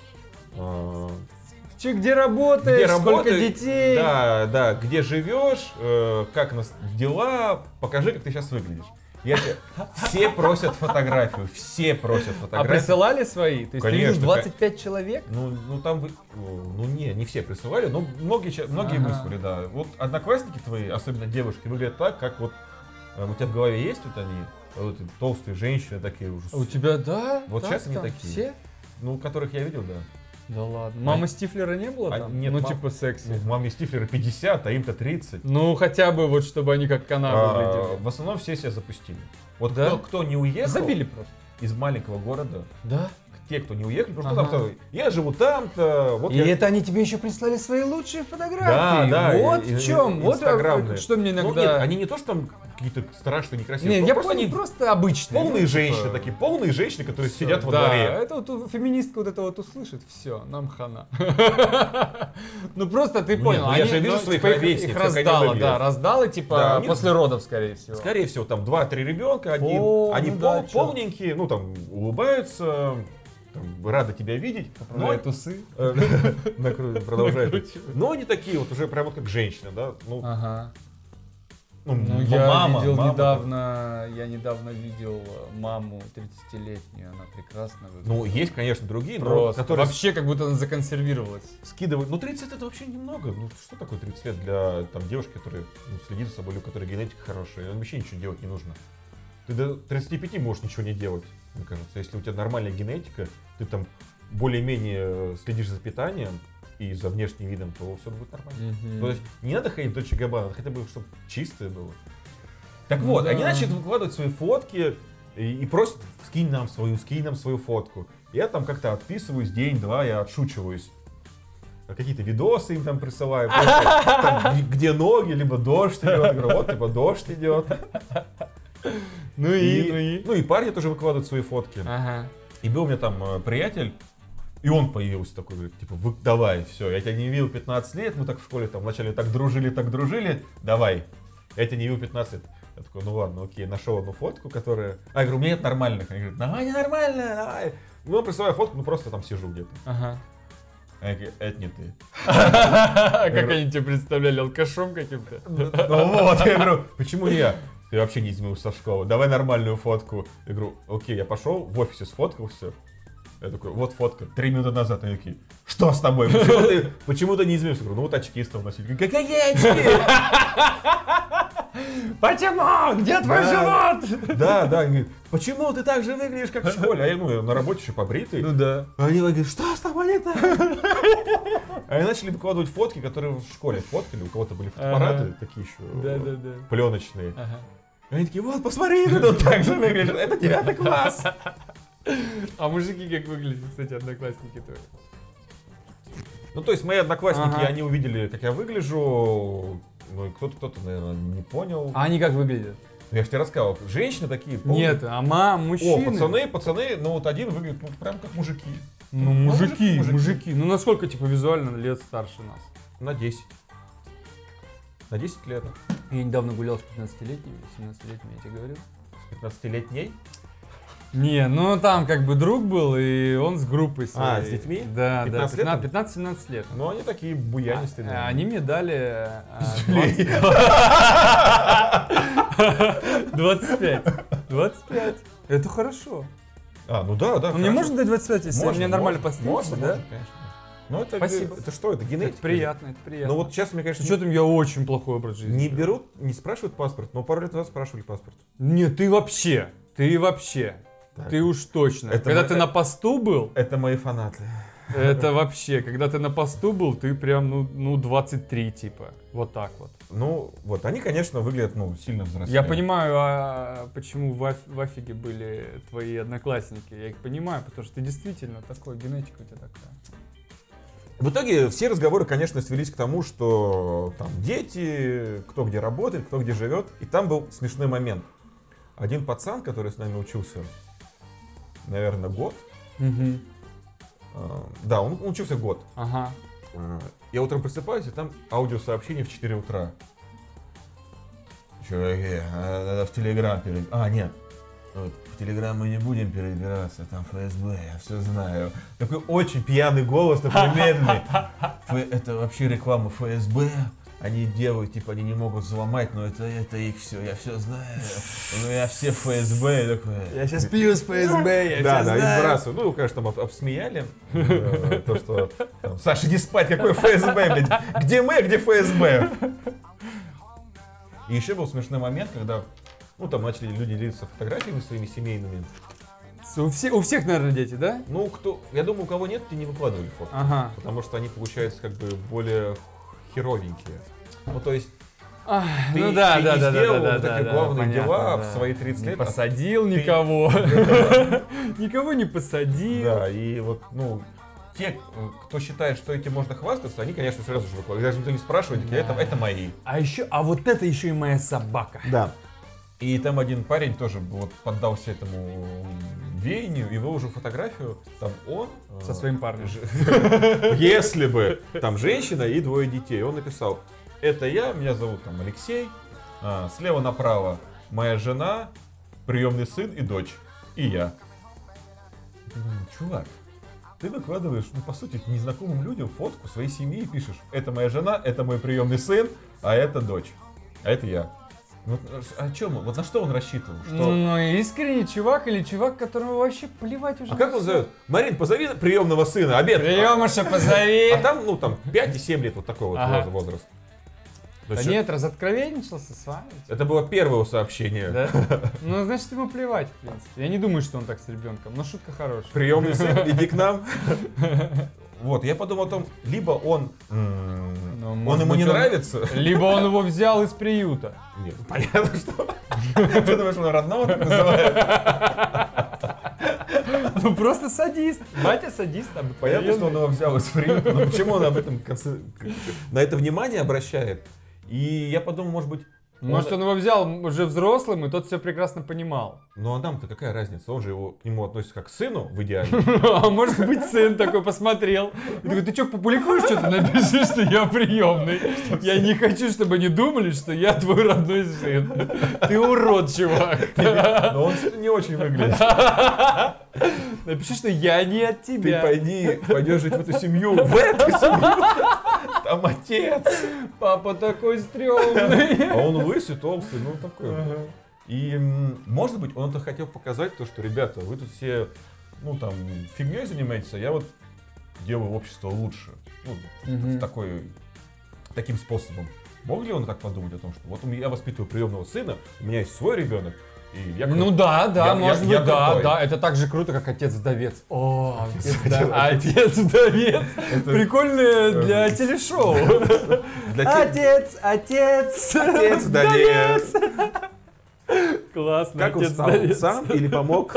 B: Где работаешь, сколько детей?
A: Да, где живешь, как дела, покажи, как ты сейчас выглядишь. Все просят фотографию,
B: А присылали свои? То есть ты видишь 25 человек?
A: Ну там, не все присылали, но многие выслали, да. Вот одноклассники твои, особенно девушки, выглядят так, как вот у тебя в голове есть вот они, вот эти толстые женщины такие уже.
B: А у тебя, да?
A: Вот сейчас они такие.
B: Все?
A: Ну, которых я видел, да.
B: Да ладно. Мамы Стифлера не было там?
A: Нет,
B: типа секси.
A: Маме Стифлера 50, а им-то 30.
B: Ну, хотя бы вот, чтобы они как канал выглядели.
A: В основном все себя запустили. Вот
B: да?
A: кто не уехал
B: забили просто
A: из маленького города,
B: да?
A: те, кто не уехали, потому что там я живу там-то. Вот
B: это они тебе еще прислали свои лучшие фотографии.
A: Да,
B: вот в чем. Вот что мне иногда...
A: Ну, нет, они не то, что там какие-то страшные, некрасивые.
B: Нет, я просто они просто обычные.
A: Полные женщины, такие полные женщины, которые сидят во дворе.
B: Это вот феминистка вот это вот услышит, все, нам хана. Ну просто ты понял.
A: Я же вижу своих ровесниц,
B: их раздала, да, раздала типа после родов, скорее всего.
A: Скорее всего, там 2-3 ребенка, они полненькие, ну там улыбаются. Рада тебя видеть.
B: Поправляют усы.
A: Продолжают. Но они такие вот уже прям вот как женщины, да?
B: Я недавно видел маму 30-летнюю, она прекрасно выглядит.
A: Ну, есть, конечно, другие,
B: но которые... Вообще, как будто она законсервировалась.
A: Скидывают. Ну, 30 лет это вообще немного. Ну, что такое 30 лет для девушки, которая следит за собой, у которой генетика хорошая? Вообще ничего делать не нужно. ты до 35 можешь ничего не делать, мне кажется. Если у тебя нормальная генетика, ты там более-менее следишь за питанием и за внешним видом, то все будет нормально. То есть не надо ходить в Дольче Габбана, хотя бы, чтобы чистое было. Так вот, они начали выкладывать свои фотки и просят, скинь нам свою фотку. Я там как-то отписываюсь день-два, я отшучиваюсь. Какие-то видосы им там присылаю, там, где ноги, либо дождь идет. Я говорю, вот, типа, дождь идет. Ну и парни тоже выкладывают свои фотки. И был у меня там приятель, и он появился такой, говорит, типа, давай, все, я тебя не видел 15 лет, мы так в школе там вначале так дружили, давай, я тебя не видел 15 лет. Я такой, ну ладно, окей, нашел одну фотку, которая... Я говорю, у меня нет нормальных. Они говорят, давай, ненормальная, давай. Ну, я присылаю фотку, ну просто там сижу где-то.
B: Ага.
A: Я говорю, это не ты.
B: Как они тебя представляли, алкашом каким-то?
A: Ну вот, я говорю, почему не я? Ты вообще не изменился со школы, давай нормальную фотку. Я говорю, окей, я пошел, в офисе сфоткался. Я такой, вот фотка, 3 минуты назад. Они такие, что с тобой? Почему ты не изменился? Я говорю, ну вот очки стал носить. Какие очки?
B: Почему? Где твой живот?
A: Да, они говорят, почему ты так же выглядишь, как в школе? А я, на работе еще побритый.
B: Ну да.
A: Они говорят, что с тобой не так? Они начали выкладывать фотки, которые в школе фоткали. У кого-то были фотоаппараты такие еще пленочные. Они такие, вот, посмотри, ты так же выглядишь. Это 9 класс.
B: А мужики как выглядят, кстати, одноклассники твои?
A: Ну, то есть мои одноклассники, они увидели, как я выгляжу. Ну, и кто-то, наверное, не понял.
B: А они как выглядят?
A: Я же тебе рассказывал, женщины такие.
B: Нет, мужчины.
A: О, пацаны, ну вот один выглядит прям как мужики.
B: Ну, мужики. Ну, насколько, типа, визуально лет старше нас?
A: На 10. На 10 лет.
B: Я недавно гулял с 15-летними, 17-летними, я тебе говорил.
A: С 15-летней?
B: Не, ну там как бы друг был, и он с группой своей.
A: А, с детьми?
B: Да,
A: 15
B: да,
A: лет?
B: 15-17 лет.
A: Ну, они такие буянистые.
B: Они мне дали 25. 25. Это хорошо.
A: Ну да.
B: Мне можно дать 25, если мне нормально подстричься,
A: можно,
B: да?
A: конечно. Ну, это,
B: Спасибо.
A: Это что, это генетика?
B: Это приятно.
A: Ну вот сейчас, мне кажется,
B: с учетом я очень плохой образ жизни.
A: Не берут, не спрашивают паспорт, но пару лет назад спрашивали паспорт.
B: Нет, ты вообще.
A: Так.
B: Ты уж точно.
A: Это
B: когда ты на посту был...
A: Это мои фанаты.
B: Это вообще, когда ты на посту был, ты прям, 23, типа. Вот так вот.
A: Ну, вот, они, конечно, выглядят, сильно взрослее.
B: Я понимаю, почему в Афиге были твои одноклассники. Я их понимаю, потому что ты действительно такой, генетика у тебя такая.
A: В итоге все разговоры, конечно, свелись к тому, что там дети, кто где работает, кто где живет. И там был смешной момент. Один пацан, который с нами учился, наверное, год. Да, он учился год.
B: Ага.
A: Я утром просыпаюсь, и там аудиосообщение в 4 утра. Чуваки, надо в Телеграм нет. Вот, в Телеграм мы не будем перебираться, там ФСБ, я все знаю. Такой очень пьяный голос, такой медленный. Это вообще реклама ФСБ. Они делают, типа, они не могут взломать, но это их все, я все знаю. У меня все ФСБ. Я такой,
B: я сейчас пью с ФСБ, я
A: да, и сбрасываю. Ну, конечно, там обсмеяли. То, что, Саша, иди спать, какой ФСБ, блядь. Где мы, где ФСБ? И еще был смешной момент, когда, там начали люди делиться фотографиями своими семейными.
B: У всех, наверное, дети, да?
A: Я думаю, у кого нет, те не выкладывали фото.
B: Ага.
A: Потому что они, получаются, как бы, более херовенькие. Ну, то есть, ты
B: не
A: сделал такие главные дела в свои 30 лет.
B: Не посадил никого. Никого не посадил.
A: Да, и вот, те, кто считает, что этим можно хвастаться, они, конечно, сразу же выкладывают. Даже никто не спрашивает, такие, это мои.
B: А вот это еще и моя собака.
A: Да. И там один парень тоже вот поддался этому веянию и выложил фотографию, там он...
B: Со своим парнем.
A: Если бы там женщина и 2 детей. Он написал, это я, меня зовут там Алексей, слева направо моя жена, приемный сын и дочь, и я. Чувак, ты выкладываешь, по сути, незнакомым людям фотку своей семьи и пишешь, это моя жена, это мой приемный сын, а это дочь, а это я. Вот о чем он? Вот на что он рассчитывал? Что...
B: Искренний чувак или чувак, которому вообще плевать уже.
A: А как он зовет? Марин, позови приемного сына, обед.
B: Приемыша, позови.
A: А там, 5 и 7 лет, вот такой вот возраст. То
B: Да
A: есть
B: нет, разоткровенничался с вами.
A: это было первое сообщение.
B: Да? Ну, значит, ему плевать, в принципе. Я не думаю, что он так с ребенком, но шутка хорошая.
A: Приемный сын, иди к нам. Вот, я подумал о том, либо он
B: Ну,
A: ему
B: может быть,
A: не нравится.
B: Либо он его взял из приюта.
A: Нет, понятно, что. Ты думаешь, он родного так называет?
B: Ну, просто садист. Батя садист.
A: Понятно, что он его взял из приюта, но почему он об этом на это внимание обращает? И я подумал, может быть...
B: Может, он его взял уже взрослым, и тот все прекрасно понимал.
A: Ну а нам-то какая разница? Он же к нему относится как к сыну в идеале.
B: А может быть, сын такой посмотрел. И такой, ты что, публикуешь что-то? Напиши, что я приемный. Я не хочу, чтобы они думали, что я твой родной сын. Ты урод, чувак.
A: Но он не очень выглядит.
B: Напиши, что я не от
A: Ты
B: тебя.
A: пойдешь жить в эту семью. В эту семью! Там отец!
B: Папа такой стрёмный.
A: А он лысый, толстый, ну такой. И, может быть, он это хотел показать, то, что, ребята, вы тут все, ну там, фигней занимаетесь, а я вот делаю общество лучше. Ну, таким способом. Мог ли он так подумать о том, что вот я воспитываю приемного сына, у меня есть свой ребенок, и я...
B: Ну да, может быть,
A: крутой.
B: да. Это так же круто, как отец-вдовец. О, отец-вдовец. Прикольное для телешоу. Отец,
A: Отец-вдовец.
B: Классно.
A: Как он стал? Сам или помог?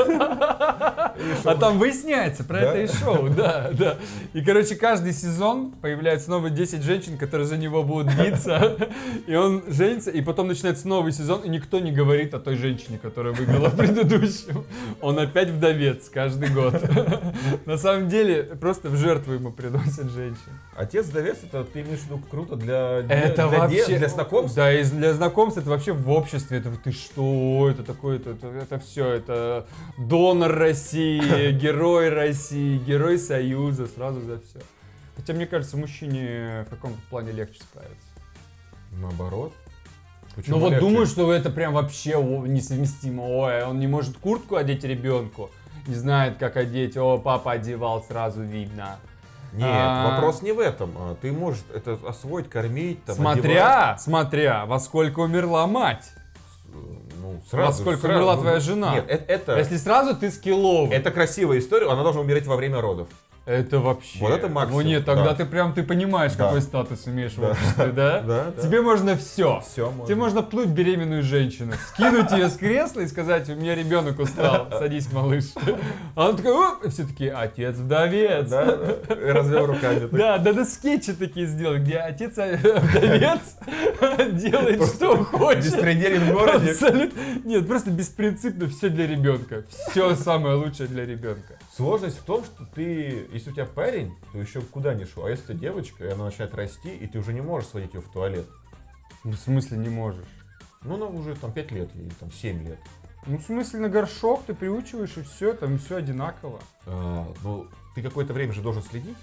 B: А там выясняется про это и шоу, да. И, короче, каждый сезон появляется новые 10 женщин, которые за него будут биться. И он женится, и потом начинается новый сезон, и никто не говорит о той женщине, которая выиграла в предыдущем. Он опять вдовец каждый год. На самом деле, просто в жертву ему приносят женщин.
A: Отец-вдовец, это ты имеешь в виду круто для знакомств?
B: Да, и для знакомств это вообще в обществе. Это ты что? Это такое, это все, это донор России, герой России, герой Союза, сразу за все. Хотя, мне кажется, мужчине в каком-то плане легче справиться.
A: Наоборот. Почему
B: Ну вот
A: легче?
B: думаю, что это прям вообще несовместимо. Ой, он не может куртку одеть ребенку, не знает, как одеть. О, папа одевал, сразу видно.
A: Нет, вопрос не в этом. Ты можешь это освоить, кормить, там,
B: Смотря, во сколько умерла мать.
A: Ну, сразу,
B: во сколько умерла твоя жена.
A: Нет, это...
B: Если сразу ты скилловый.
A: Это красивая история, она должна умереть во время родов.
B: Это вообще...
A: Вот это максимум.
B: Ну нет, тогда
A: да.
B: ты понимаешь,
A: Да.
B: какой статус имеешь в обществе, да?
A: Да.
B: Тебе можно все.
A: Все можно.
B: Тебе можно пнуть беременную женщину, скинуть ее с кресла и сказать, у меня ребенок устал, садись, малыш. А он такой, оп, и все такие, отец-вдовец.
A: Да, развел руками.
B: Да, скетчи такие сделать, где отец-вдовец делает, что хочет.
A: Беспределен в городе.
B: Абсолютно. Нет, просто беспринципно все для ребенка. Все самое лучшее для ребенка.
A: Сложность в том, что ты, если у тебя парень, то еще куда ни шел. А если ты девочка, и она начинает расти, и ты уже не можешь сводить ее в туалет.
B: Ну, в смысле не можешь?
A: Ну, она уже там 5 лет или там 7 лет.
B: Ну, в смысле, на горшок ты приучиваешь, и все, там все одинаково.
A: Ну, ты какое-то время же должен следить.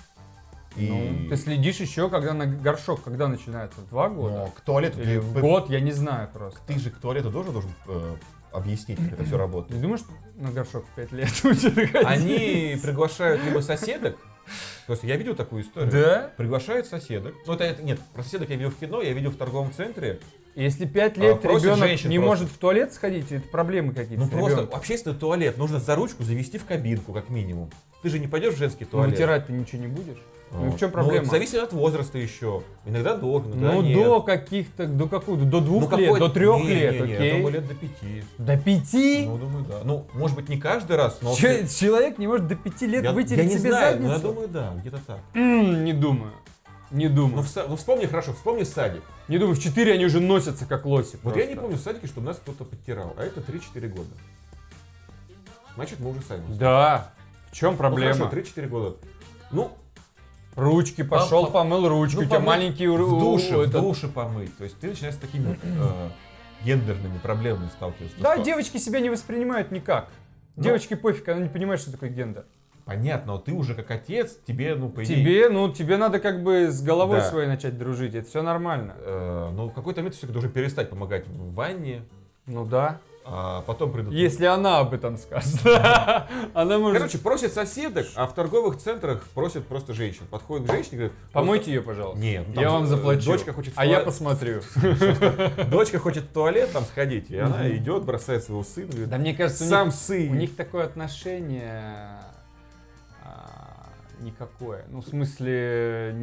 B: Ну, ты следишь еще, когда на горшок, когда начинается? В 2 года?
A: Но к туалету
B: Или в год, я не знаю просто.
A: Ты же к туалету тоже должен объяснить, как это все работает.
B: Не думаешь, что на горшок в 5 лет учат ходить?
A: Они приглашают либо соседок, то есть я видел такую историю.
B: Да?
A: Приглашают соседок. Ну, это нет, про соседок я видел в кино, я видел в торговом центре.
B: Если 5 лет
A: Просят
B: ребенок
A: женщин
B: не
A: просто.
B: может в туалет сходить, это проблемы какие-то.
A: Ну,
B: с
A: просто
B: ребенком.
A: общественный туалет нужно за ручку завести в кабинку, как минимум. Ты же не пойдешь в женский
B: Ну,
A: туалет.
B: вытирать ты ничего не будешь? Ну,
A: Вот.
B: в чем проблема?
A: Ну, зависит от возраста еще. Иногда должен, иногда
B: Ну,
A: нет.
B: до каких-то, до 2 лет, до 3 лет,
A: Я
B: окей?
A: думаю, лет до 5.
B: До 5?
A: Ну, думаю, да. Ну, может быть, не каждый раз, но...
B: Человек не может до 5 лет
A: я
B: вытереть
A: не
B: себе
A: знаю,
B: задницу?
A: но я думаю, да, где-то так.
B: Не думаю. Не думаю.
A: Ну, вспомни хорошо, вспомни садик.
B: Не думаю, в 4 они уже носятся как лоси.
A: Вот
B: просто.
A: я не помню в садике, чтобы нас кто-то подтирал, а это 3-4 года. Значит, мы уже сами.
B: Да. В чем
A: Ну,
B: проблема?
A: хорошо, 3-4 года. Ну,
B: Ручки, пошел, помыл ручки,
A: ну,
B: у тебя
A: помыть
B: маленький
A: в душе помыть. То есть ты начинаешь с такими гендерными проблемами сталкиваться.
B: Да,
A: Что-
B: девочки себя не воспринимают никак.
A: Ну.
B: Девочке пофиг, она не понимает, что такое гендер.
A: Понятно, но ты уже как отец, тебе, ну, по идее...
B: Тебе надо как бы с головой
A: Да.
B: своей начать дружить, это все нормально.
A: Ну, в какой-то момент все-таки должен перестать помогать в ванне.
B: Ну да.
A: а потом придут...
B: Если она об этом скажет. Она может...
A: Короче, просят соседок, а в торговых центрах просят просто женщин. Подходит к женщине и говорит...
B: Помойте ее, пожалуйста.
A: Нет, ну, там
B: Я вам заплачу.
A: Дочка хочет в
B: А я
A: туалет.
B: посмотрю.
A: Дочка хочет в туалет там сходить, и она идет, бросает своего сына. Говорит,
B: Да мне кажется,
A: сам
B: у
A: сын.
B: них такое отношение никакое. Ну, в смысле,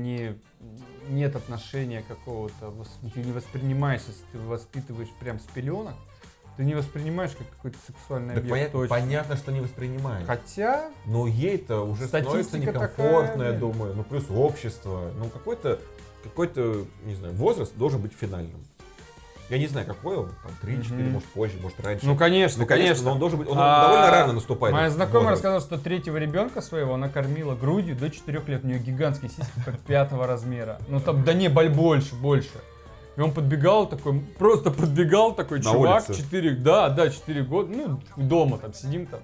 B: нет отношения какого-то. Ты не воспринимаешь, если ты воспитываешь прям с пеленок, ты не воспринимаешь как какой-то сексуальный
A: Так
B: объект. точно.
A: понятно, что не воспринимает.
B: Хотя,
A: Но ей-то уже становится
B: статистика
A: некомфортно,
B: такая,
A: я думаю. Ну, плюс общество. Ну, какой-то, не знаю, возраст должен быть финальным. Я не знаю, какой он, там, 3-4, может позже, может раньше.
B: ну конечно,
A: но он должен быть, он довольно рано наступает.
B: Моя
A: этот
B: знакомая
A: возраст.
B: рассказала, что третьего ребенка своего она кормила грудью до 4 лет. У нее гигантские сиськи, как 5-го размера. Ну там, да не, больше. И он подбегал такой, просто подбегал такой
A: На
B: чувак,
A: улице?
B: 4 года, ну, дома там сидим там,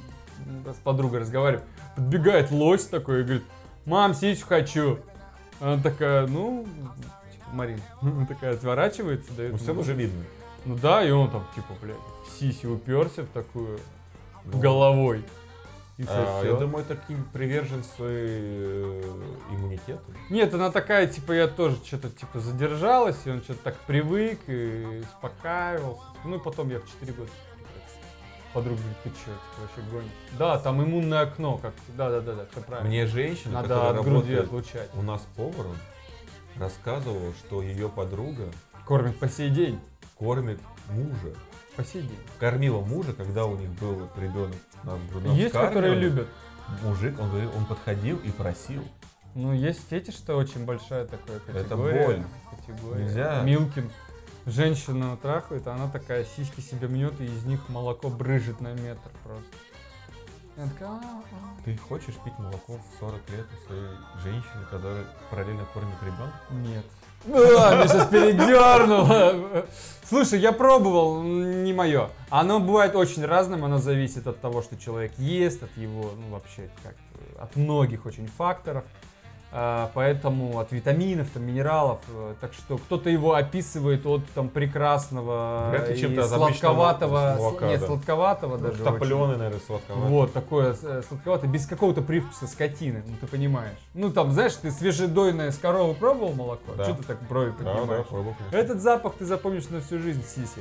B: с подругой разговариваем. Подбегает лось такой и говорит: мам, сисю хочу. Она такая, ну, типа, Марин, такая отворачивается, дает.
A: Ну, все
B: ему.
A: уже видно.
B: Ну да, и он там, типа, блядь, в сиси уперся в такую
A: Ну.
B: головой. И
A: Я
B: сосёт.
A: думаю, это какие-нибудь приверженцы иммунитета.
B: Нет, она такая, типа, я тоже что-то, типа, задержалась, и он что-то так привык и успокаивался. Ну и потом я в 4 года. Подруга говорит: ты что, типа, вообще гонишь? Да, там иммунное окно, как, да, все правильно.
A: Мне женщина,
B: Надо
A: которая
B: от груди
A: работает
B: отлучать.
A: у нас поваром, рассказывала, что ее подруга
B: Кормит по сей день.
A: кормит мужа.
B: По сей день.
A: Кормила мужа, когда у них был ребенок на грудном
B: Есть, которые
A: вскармливании.
B: любят.
A: Мужик, он говорил, он подходил и просил.
B: Ну, есть фетиш, что очень большая такая
A: Это
B: категория.
A: боль.
B: Категория.
A: Нельзя.
B: Милкин. Женщина трахает, а она такая сиськи себе мнет, и из них молоко брыжет на метр просто. И она такая: «А-а-а».
A: Ты хочешь пить молоко в 40 лет у своей женщины, которая параллельно кормит ребенка?
B: Нет. Меня сейчас передернуло. Слушай, я пробовал, не мое. Оно бывает очень разным, оно зависит от того, что человек ест, от его, ну вообще, как, от многих очень факторов. Поэтому от витаминов, там, минералов. Так что кто-то его описывает от там прекрасного
A: Вряд ли
B: и
A: чем-то от обычного
B: сладковатого,
A: молока,
B: нет,
A: да.
B: сладковатого даже. очень.
A: Топленый, наверное, сладковатый.
B: Вот, такое сладковатое, без какого-то привкуса скотины, ну ты понимаешь. Ну там, знаешь, ты свежедойное с коровы пробовал молоко?
A: Да.
B: Что ты так брови
A: Да,
B: поднимаешь?
A: пробовал, конечно.
B: Этот запах ты запомнишь на всю жизнь, сисек.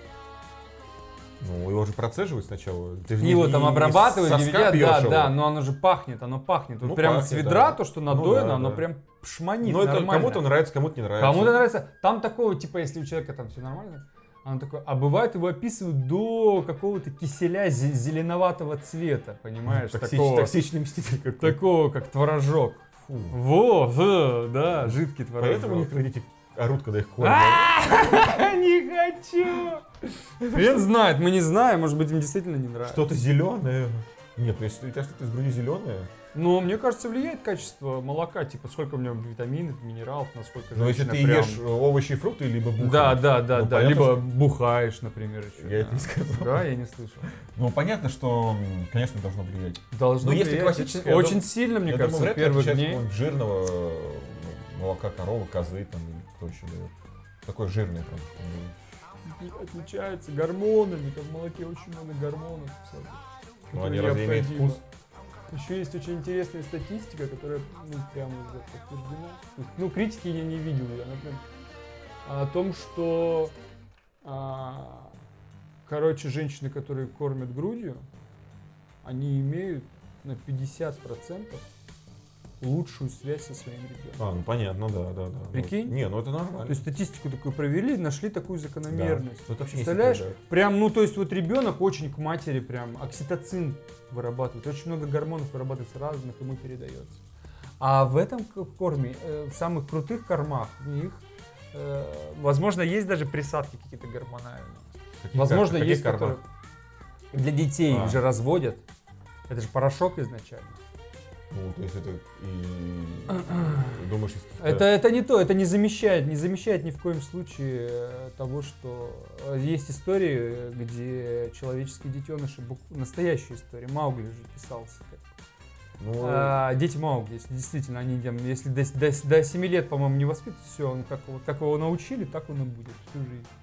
A: Ну, его же процеживают сначала. Ты же
B: Его
A: не-
B: там
A: не
B: обрабатывают,
A: с соска
B: говорят,
A: бьешь
B: да,
A: его.
B: да, но оно же пахнет, оно пахнет. Вот
A: Ну,
B: прям
A: пахнет,
B: с ведра,
A: да.
B: то, что
A: Ну
B: надоено,
A: да,
B: оно
A: да.
B: прям шманит
A: Ну, это
B: нормально.
A: кому-то нравится, кому-то не нравится.
B: Кому-то нравится. Там такого, типа, если у человека там все нормально, оно такое, а бывает его описывают до какого-то киселя зеленоватого цвета, понимаешь?
A: Токсичный мститель какой-то.
B: Такого, как творожок.
A: Фу.
B: Да, жидкий творожок.
A: Поэтому у них родители орут, когда их кормят.
B: Не хочу! Хрен знает, мы не знаем, может быть, им действительно не нравится.
A: Что-то зеленое. Нет, ну если у тебя что-то из груди зеленое,
B: Но мне кажется, влияет качество молока, типа сколько в нем витаминов, минералов, насколько
A: но если
B: женщина
A: ты
B: прям-
A: ешь овощи и фрукты, либо бухаешь.
B: Да,
A: Ну, понятно,
B: либо
A: что-
B: бухаешь, например, еще.
A: Я это не сказал.
B: Да, я не слышал.
A: Ну, понятно, что, конечно, должно влиять.
B: Должно
A: Но если
B: влиять.
A: классическое,
B: очень,
A: я
B: очень сильно, мне
A: Я
B: кажется,
A: думаю,
B: в
A: вряд ли
B: первых
A: отличается
B: дней.
A: какого-нибудь жирного молока коровы, козы, там, или кто еще дает. Такое жирное прям.
B: Отличается гормонами, там в молоке очень много гормонов, кстати.
A: Ну,
B: которые
A: они разве имеют
B: необходимы.
A: вкус?
B: Еще есть очень интересная статистика, которая, ну, прямо уже подтверждена. То есть, ну, критики я не видел ее, она прям о том, что, короче, женщины, которые кормят грудью, они имеют на 50% лучшую связь со своим ребенком.
A: Ну понятно, да.
B: Прикинь?
A: Не, ну это нормально.
B: То есть статистику такую провели, нашли такую закономерность.
A: Да. Это вообще не
B: Представляешь?
A: секрет,
B: Прям, ну, то есть вот ребенок очень к матери прям окситоцин вырабатывает. Очень много гормонов вырабатывается разных, ему передается. А в этом корме, в самых крутых кормах, в них, возможно, есть даже присадки какие-то гормональные. Возможно,
A: каких
B: есть,
A: кормах?
B: которые для детей
A: А.
B: же разводят. Это же порошок изначально.
A: Ну, то есть это и думаешь, если
B: Это не то, это не замещает ни в коем случае того, что есть истории, где человеческие детеныши, настоящая история, Маугли же писался.
A: ну,
B: Дети Маугли, если действительно, они, если до 7 лет, по-моему, не воспитывают, все, он как его научили, так он и будет всю жизнь.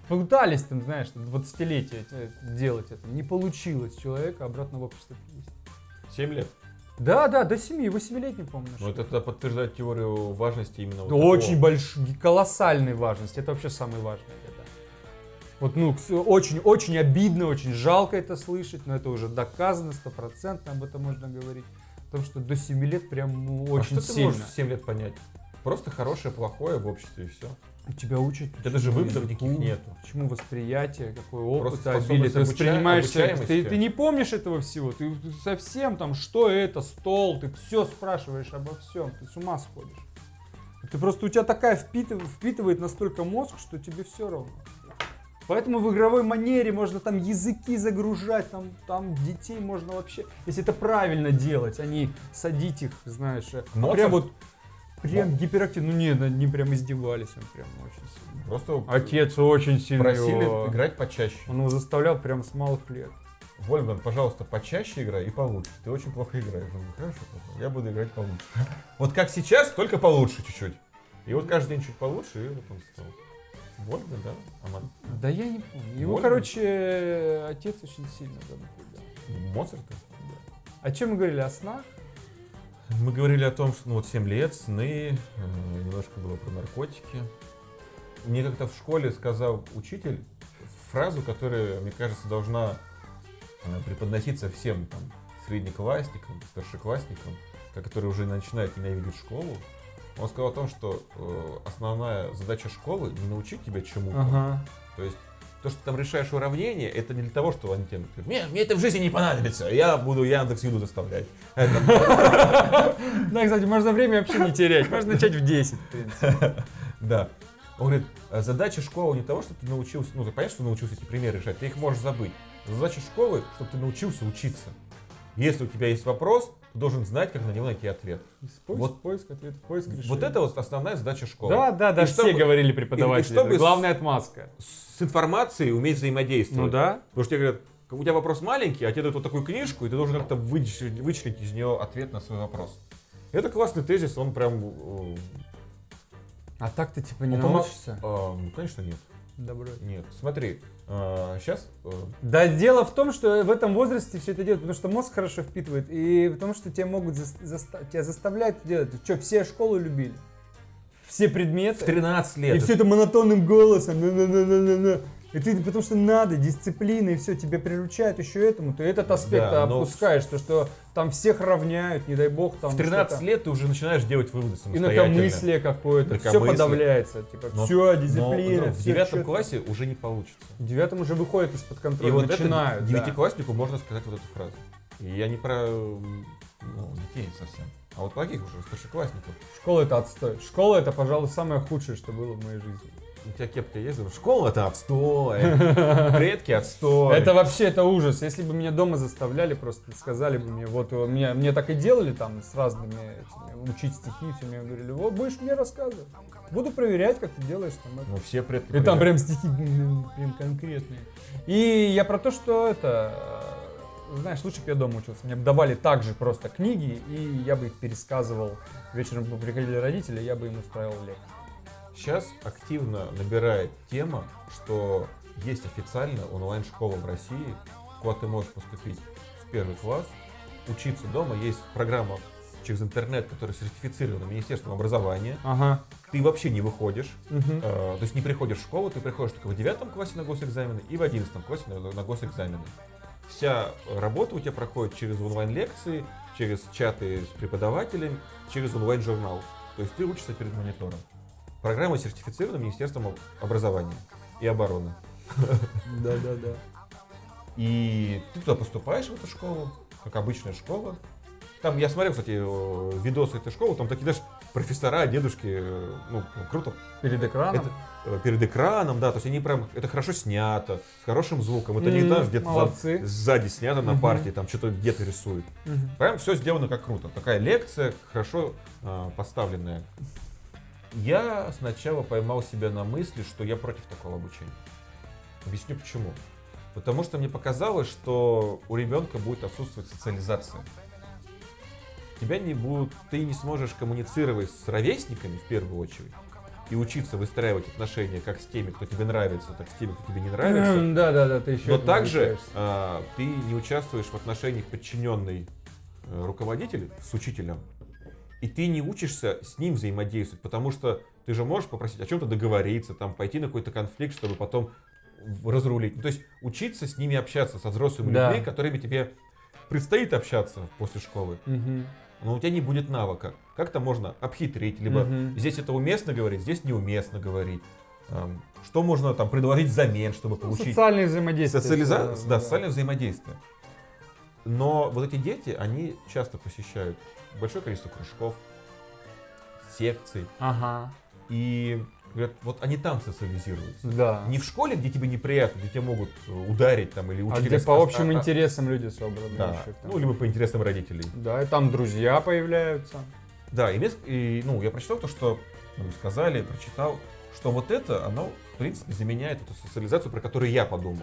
B: Пытались там, знаешь, 20-летие делать это. Не получилось. Человека обратно в общество привести.
A: 7 лет.
B: Да, до 7, 8-летний, помню.
A: Но это тогда подтверждает теорию важности именно вот
B: Очень
A: такого.
B: большой, колоссальной важности. Это вообще самое важное. Да. Вот, ну, очень обидно, очень жалко это слышать, но это уже доказано, 100% об этом можно говорить. Потому что до 7 лет прям очень
A: что
B: сильно.
A: ты можешь в 7 лет понять? Просто хорошее, плохое в обществе и все.
B: Тебя учат.
A: У тебя даже выборов никаких нету.
B: Почему восприятие, какой опыт,
A: Просто
B: обилие, ты
A: способность
B: воспринимаешь,
A: обучаемости.
B: ты не помнишь этого всего, ты совсем там, что это, стол, ты все спрашиваешь обо всем, ты с ума сходишь. Ты просто, у тебя такая впитывает настолько мозг, что тебе все равно. Поэтому в игровой манере можно там языки загружать, там детей можно вообще, если это правильно делать, а не садить их, знаешь, прям вот, прям гиперактивно, ну нет, они прям издевались, он прям очень сильно.
A: Просто
B: Отец очень сильно
A: просили
B: его,
A: играть почаще.
B: он его заставлял прям с малых лет.
A: Вольган, пожалуйста, почаще играй и получше. Ты очень плохо играешь. Я говорю, хорошо, плохо. Я буду играть получше. Вот как сейчас, только получше чуть-чуть. И вот каждый день чуть получше, и вот он стал. Вольган, да? Аман.
B: Да я не помню. Его,
A: Вольган?
B: короче, отец очень сильно напрягал.
A: Моцарта?
B: О чем мы говорили? О снах?
A: Мы говорили о том, что ну, вот 7 лет, сны, немножко было про наркотики. Мне как-то в школе сказал учитель фразу, которая, мне кажется, должна преподноситься всем там, среднеклассникам, старшеклассникам, которые уже начинают ненавидеть школу. Он сказал о том, что основная задача школы не научить тебя чему-то.
B: Ага.
A: То есть то, что ты там решаешь уравнения, это не для того, что они тебе говорят, мне это в жизни не понадобится, я буду Яндекс.Еду доставлять.
B: Да, кстати, можно время вообще не терять. Можно начать в 10, в принципе.
A: Да. Он говорит, задача школы не того, чтобы ты научился, ну ты понятно, что научился эти примеры решать, ты их можешь забыть. Задача школы, чтобы ты научился учиться. Если у тебя есть вопрос, ты должен знать, как на него найти ответ.
B: Поиск ответов, поиск решений.
A: Вот это вот основная задача школы.
B: Да,
A: И
B: все
A: чтобы-
B: говорили преподаватели.
A: чтобы
B: Главная отмазка.
A: С информацией уметь взаимодействовать.
B: Ну да.
A: Потому что тебе говорят, у тебя вопрос маленький, а тебе дают вот такую книжку, и ты должен как-то вычленить из нее ответ на свой вопрос. Это классный тезис, он прям...
B: А так ты типа не
A: он
B: научишься?
A: Ну, конечно, нет.
B: Добро.
A: Нет. Смотри, сейчас...
B: Да, дело в том, что в этом возрасте все это делают, потому что мозг хорошо впитывает, и потому что тебя могут тебя заставляют делать. Что, все школу любили? Все
A: в
B: предметы?
A: 13
B: И
A: лет.
B: все это монотонным голосом. На-на-на-на-на-на. И ты, потому что надо, дисциплина, и все, тебя приручают еще этому, ты этот аспект
A: Да, но
B: опускаешь, то, что там всех равняют, не дай бог, там
A: В 13
B: что-то.
A: лет ты уже начинаешь делать выводы самостоятельно.
B: Инакомыслие какое-то, все
A: Инакомыслие.
B: подавляется, типа,
A: Но-
B: все,
A: но
B: дисциплина,
A: в
B: всё
A: 9
B: чётко.
A: классе уже не получится.
B: В 9 уже выходит из-под
A: И
B: контроля,
A: вот
B: начинают,
A: это
B: да.
A: девятикласснику можно сказать вот эту фразу. И я не про детей совсем, а вот таких уже старшеклассников.
B: Школа это отстой. Школа это, пожалуй, самое худшее, что было в моей жизни.
A: У тебя кепка есть? Школа это отстой, предки отстой.
B: Это вообще, это ужас. Если бы меня дома заставляли, просто сказали бы мне, вот мне так и делали там с разными этими, учить стихи, все мне говорили, вот будешь мне рассказывать. Буду проверять, как ты делаешь там это.
A: Ну все предки.
B: И там
A: проверяют.
B: прям стихи прям конкретные. И я про то, что это, знаешь, лучше бы я дома учился. Мне бы давали также просто книги, и я бы их пересказывал. Вечером бы приходили родители, я бы им устраивал лекцию.
A: Сейчас активно набирает тема, что есть официально онлайн-школа в России, куда ты можешь поступить в 1 класс, учиться дома. Есть программа через интернет, которая сертифицирована Министерством образования.
B: Ага.
A: Ты вообще не выходишь,
B: Мгм.
A: то есть не приходишь в школу, ты приходишь только в 9 классе на госэкзамены и в 11 классе на госэкзамены. Вся работа у тебя проходит через онлайн-лекции, через чаты с преподавателем, через онлайн-журнал. То есть ты учишься перед монитором. Программа сертифицирована Министерством образования и обороны.
B: Да.
A: И ты туда поступаешь, в эту школу, как обычная школа. Там, я смотрел, кстати, видосы этой школы, там такие даже профессора, дедушки, ну, круто.
B: Перед экраном.
A: Это, перед экраном, да, то есть они прям, это хорошо снято, с хорошим звуком. Это не там где-то
B: молодцы.
A: сзади снято на
B: Мгм.
A: партии, там что-то где-то рисуют.
B: Мгм.
A: Прям все сделано как круто. Такая лекция, хорошо поставленная. Я сначала поймал себя на мысли, что я против такого обучения. Объясню почему. Потому что мне показалось, что у ребенка будет отсутствовать социализация. Тебя не будут, ты не сможешь коммуницировать с ровесниками в первую очередь. и учиться выстраивать отношения как с теми, кто тебе нравится, так и с теми, кто тебе не нравится.
B: Да, ты еще.
A: Но также ты не участвуешь в отношениях подчиненный руководитель с учителем, и ты не учишься с ним взаимодействовать, потому что ты же можешь попросить о чем-то договориться, там, пойти на какой-то конфликт, чтобы потом разрулить. Ну, то есть учиться с ними общаться, со взрослыми людьми, которыми тебе предстоит общаться после школы. Но у тебя не будет навыка. Как-то можно обхитрить, либо здесь это уместно говорить, здесь неуместно говорить. Что можно там предложить взамен, чтобы получить...
B: Социальное взаимодействие.
A: Социальное взаимодействие. Но вот эти дети, они часто посещают большое количество кружков, секций. И говорят, вот они там социализируются.
B: Да.
A: Не в школе, где тебе неприятно, где тебя могут ударить там или учить.
B: А где по общим интересам люди собраны.
A: Да.
B: Еще,
A: ну, либо по интересам родителей.
B: Да, и там друзья появляются.
A: Да, я прочитал то, что сказали, прочитал, что вот это, оно, в принципе, заменяет эту социализацию, про которую я подумал.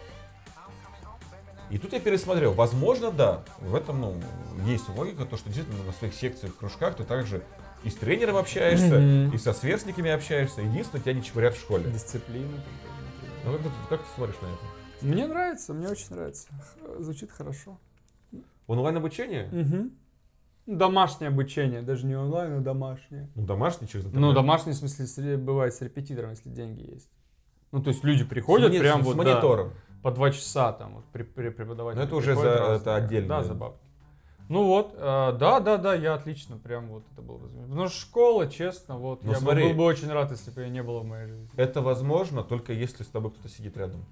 A: И тут я пересмотрел. Возможно, да, в этом, есть логика, то, что действительно на своих секциях, кружках ты также и с тренером общаешься, и со сверстниками общаешься. Единственное, тебя не чморят в школе.
B: Дисциплина.
A: Ну, как ты смотришь на это?
B: Мне нравится, мне очень нравится. Звучит хорошо.
A: Онлайн-обучение?
B: Домашнее обучение, даже не онлайн, а домашнее.
A: Ну, домашнее через интернет.
B: Ну, домашнее, в смысле, бывает с репетитором, если деньги есть. Ну, то есть люди приходят прям
A: с монитором.
B: По 2 часа там, вот преподаватель.
A: Но это уже это отдельно.
B: Да, за бабки. Ну вот, да, я отлично, прям вот это было возможно. Потому что школа, честно, вот, я был бы очень рад, если бы ее не было в моей жизни.
A: Это возможно только если с тобой кто-то сидит рядом.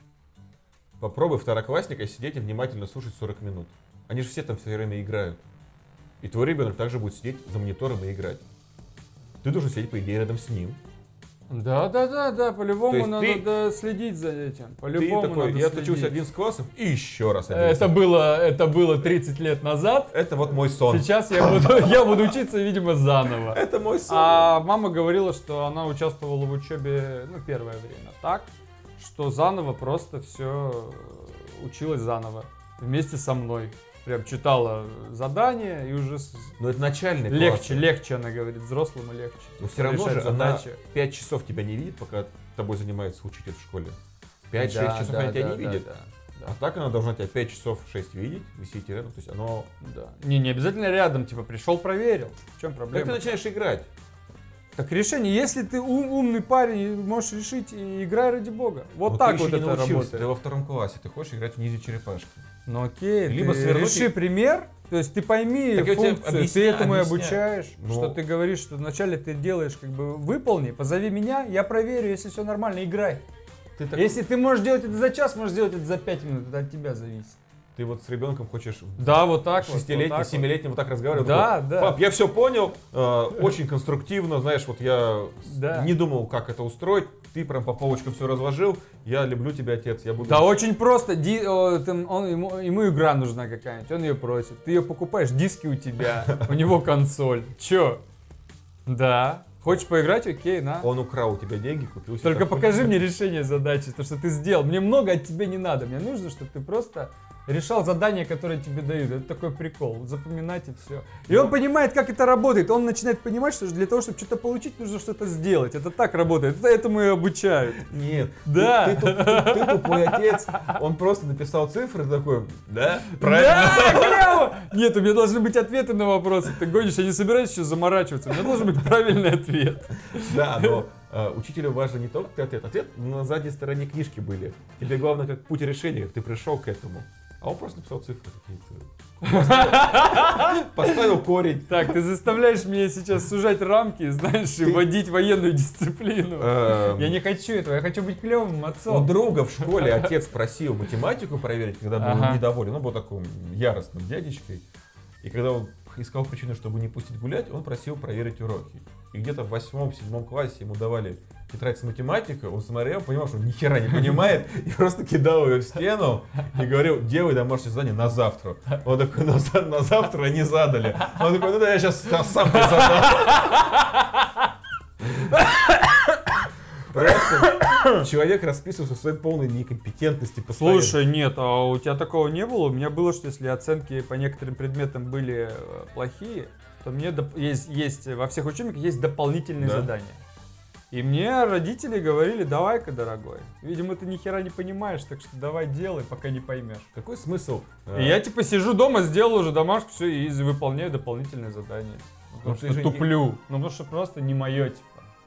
A: Попробуй второклассника сидеть и внимательно слушать 40 минут. Они же все там все время играют. И твой ребенок также будет сидеть за монитором и играть. Ты должен сидеть, по идее, рядом с ним.
B: Да, по-любому надо следить за этим. По-любому
A: ты такой,
B: надо
A: я
B: следить.
A: отучился 11 классов и еще раз 11.
B: Это было 30 лет назад.
A: Это вот мой сон.
B: Сейчас я буду учиться, видимо, заново.
A: Это мой сон.
B: А мама говорила, что она участвовала в учебе, первое время так, что заново просто все училась заново. Вместе со мной. Прям читала задания и уже...
A: Но это начальный класс.
B: Легче, она говорит, взрослому легче.
A: Но все равно же задачи. Она 5 часов тебя не видит, пока тобой занимается учитель в школе. 5-6 часов она тебя не видит. Да. А так она должна тебя 5 часов 6 видеть, висеть рядом. То есть оно...
B: Да. Не обязательно рядом, пришел, проверил. В чем проблема?
A: Как ты начинаешь играть?
B: Так решение, если ты умный парень, можешь решить, и играй ради бога. Вот так вот это работает.
A: Ты во 2 классе, ты хочешь играть в ниндзя черепашки.
B: Ну окей,
A: либо
B: ты реши пример, то есть ты пойми функцию, ты этому и обучаешь, что ты говоришь, что вначале ты делаешь, выполни, позови меня, я проверю, если все нормально, играй. Если ты можешь делать это за час, можешь сделать это за 5 минут, это от тебя зависит.
A: Ты вот с ребенком хочешь...
B: Да, вот так
A: 6-летним, 7-летним вот так разговаривать.
B: Да.
A: Пап, я все понял, очень конструктивно, знаешь, вот я не думал, как это устроить. Ты прям по полочкам все разложил. Я люблю тебя, отец. Я буду...
B: Да, очень просто. Ему игра нужна какая-нибудь, он ее просит. Ты ее покупаешь, диски у тебя, у него консоль. Че? Да. Хочешь поиграть? Окей, на.
A: Он украл у тебя деньги, купил себе.
B: Только покажи мне решение задачи, то, что ты сделал. Мне много от тебя не надо. Мне нужно, чтобы ты просто решал задания, которые тебе дают. Это такой прикол. Запоминать и все. И он понимает, как это работает. Он начинает понимать, что для того, чтобы что-то получить, нужно что-то сделать. Это так работает. Это этому и обучают.
A: Нет.
B: Да.
A: Ты тупой отец. Он просто написал цифры такой, да? Правильно.
B: Да, клево. Нет, у меня должны быть ответы на вопросы. Ты гонишь, я не собираюсь еще заморачиваться. У меня должен быть правильный ответ.
A: Да, но учителю важно не только ответ. Ответ на задней стороне книжки были. Тебе главное, как путь решения, как ты пришел к этому. А он просто написал цифры какие-то. Поставил корень.
B: Так, ты заставляешь меня сейчас сужать рамки, знаешь, и вводить военную дисциплину. Я не хочу этого, я хочу быть клевым отцом.
A: У друга в школе отец просил математику проверить, когда был недоволен. Он был таким яростным дядечкой. И когда он искал причину, чтобы не пустить гулять, он просил проверить уроки. И где-то в 8-7 классе ему давали тетрадь с математикой, он смотрел, понимал, что он ни хера не понимает, и просто кидал ее в стену и говорил, делай домашнее задание на завтра. Он такой, на завтра не задали. Он такой, ну да, я сейчас сам тебе задам. Просто человек расписывался в своей полной некомпетентности постоянно.
B: Слушай, нет, а у тебя такого не было? У меня было, что если оценки по некоторым предметам были плохие, то мне есть во всех учебниках есть дополнительные задания. И мне родители говорили, давай-ка, дорогой. Видимо, ты ни хера не понимаешь, так что давай делай, пока не поймешь.
C: Какой смысл?
B: И я типа сижу дома, сделал уже домашку, все, и выполняю дополнительные задания. Потому что туплю. Ну, потому что просто не мое, типа.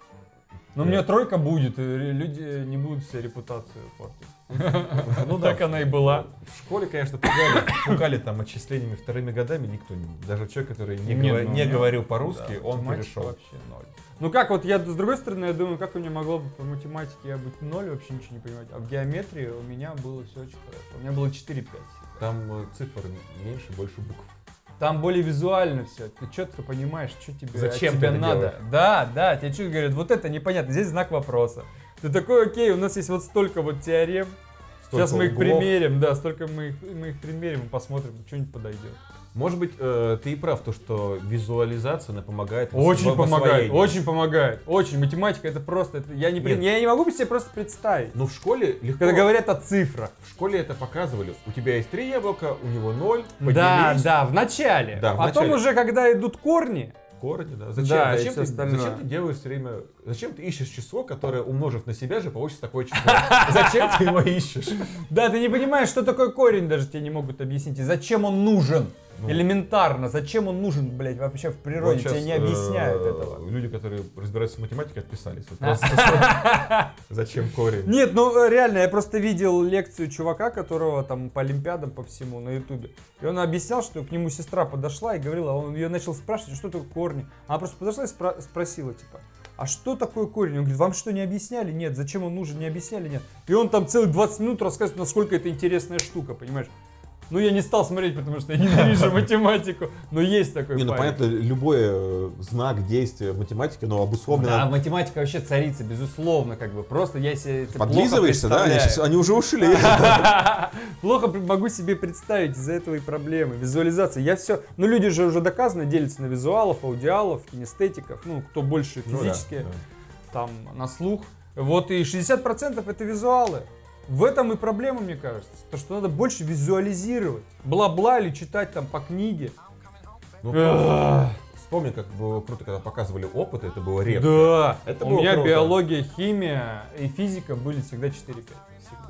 B: Но у меня тройка будет, и люди не будут себе репутацию портить.
C: Ну
B: так она и была.
C: В школе, конечно, пугали там отчислениями вторыми годами, никто не... Даже человек, который не говорил по-русски, он перешел.
B: Вообще ноль. Ну как, вот я, с другой стороны, я думаю, как у меня могло бы по математике я быть ноль, вообще ничего не понимать. А в геометрии у меня было все очень хорошо. У меня было 4-5.
C: Там цифр меньше, больше букв.
B: Там более визуально все. Ты четко понимаешь, что тебе,
C: Зачем
B: тебе
C: ты это
B: надо.
C: делаешь?
B: Да, тебе что говорят, вот это непонятно, здесь знак вопроса. Ты такой, окей, у нас есть вот столько вот теорем. Сейчас мы их
C: углов.
B: примерим, да, столько мы их примерим и посмотрим, что-нибудь подойдет.
C: Может быть, ты и прав, то, что визуализация, она помогает.
B: Очень
C: в
B: помогает,
C: освоении.
B: очень помогает. Очень. Математика это просто, я не могу себе просто представить.
C: Но в школе легко.
B: Когда говорят о цифрах.
C: В школе это показывали. У тебя есть 3 яблока, у него 0.
B: Да, в начале.
C: Да, в
B: Потом
C: начале.
B: уже, когда идут корни.
C: Корни, да.
B: Да, и
C: Зачем
B: всё остальное.
C: ты делаешь все время... Зачем ты ищешь число, которое, умножив на себя же, получится такое число? Зачем ты его ищешь?
B: Да, ты не понимаешь, что такое корень, даже тебе не могут объяснить. И зачем он нужен?
C: Ну.
B: Элементарно. Зачем он нужен, блядь, вообще в природе?
C: Вот
B: Тебе не объясняют этого.
C: Люди, которые разбираются в математике, отписались. Вот просто зачем корень?
B: Нет, ну реально, я просто видел лекцию чувака, которого там по олимпиадам, по всему на ютубе. И он объяснял, что к нему сестра подошла и говорила, он ее начал спрашивать, что такое корни. Она просто подошла и спросила, типа, а что такое корень? Он говорит, вам что, не объясняли? Нет. Зачем он нужен? Не объясняли? Нет. И он там целых 20 минут рассказывает, насколько это интересная штука, понимаешь? Ну, я не стал смотреть, потому что я ненавижу математику, но есть такой
C: Не, ну
B: парень.
C: понятно, любой знак, действие в математике, но обусловлено...
B: Да, математика вообще царица, безусловно, как бы. Просто я себе это плохо
C: Подлизываешься, да?
B: представляю.
C: Они уже ушли.
B: Плохо могу себе представить из-за этого и проблемы. Визуализация. Я все... Ну, люди же уже доказано делятся на визуалов, аудиалов, кинестетиков. Ну, кто больше физически, там, на слух. Вот и 60% это визуалы. В этом и проблема, мне кажется. То, что надо больше визуализировать. Бла-бла или читать там по книге.
C: Ну, вспомни, как было круто, когда показывали опыты, это было редко.
B: Да,
C: Это
B: у
C: было
B: меня
C: круто.
B: биология, химия и физика были всегда 4-5. Всегда.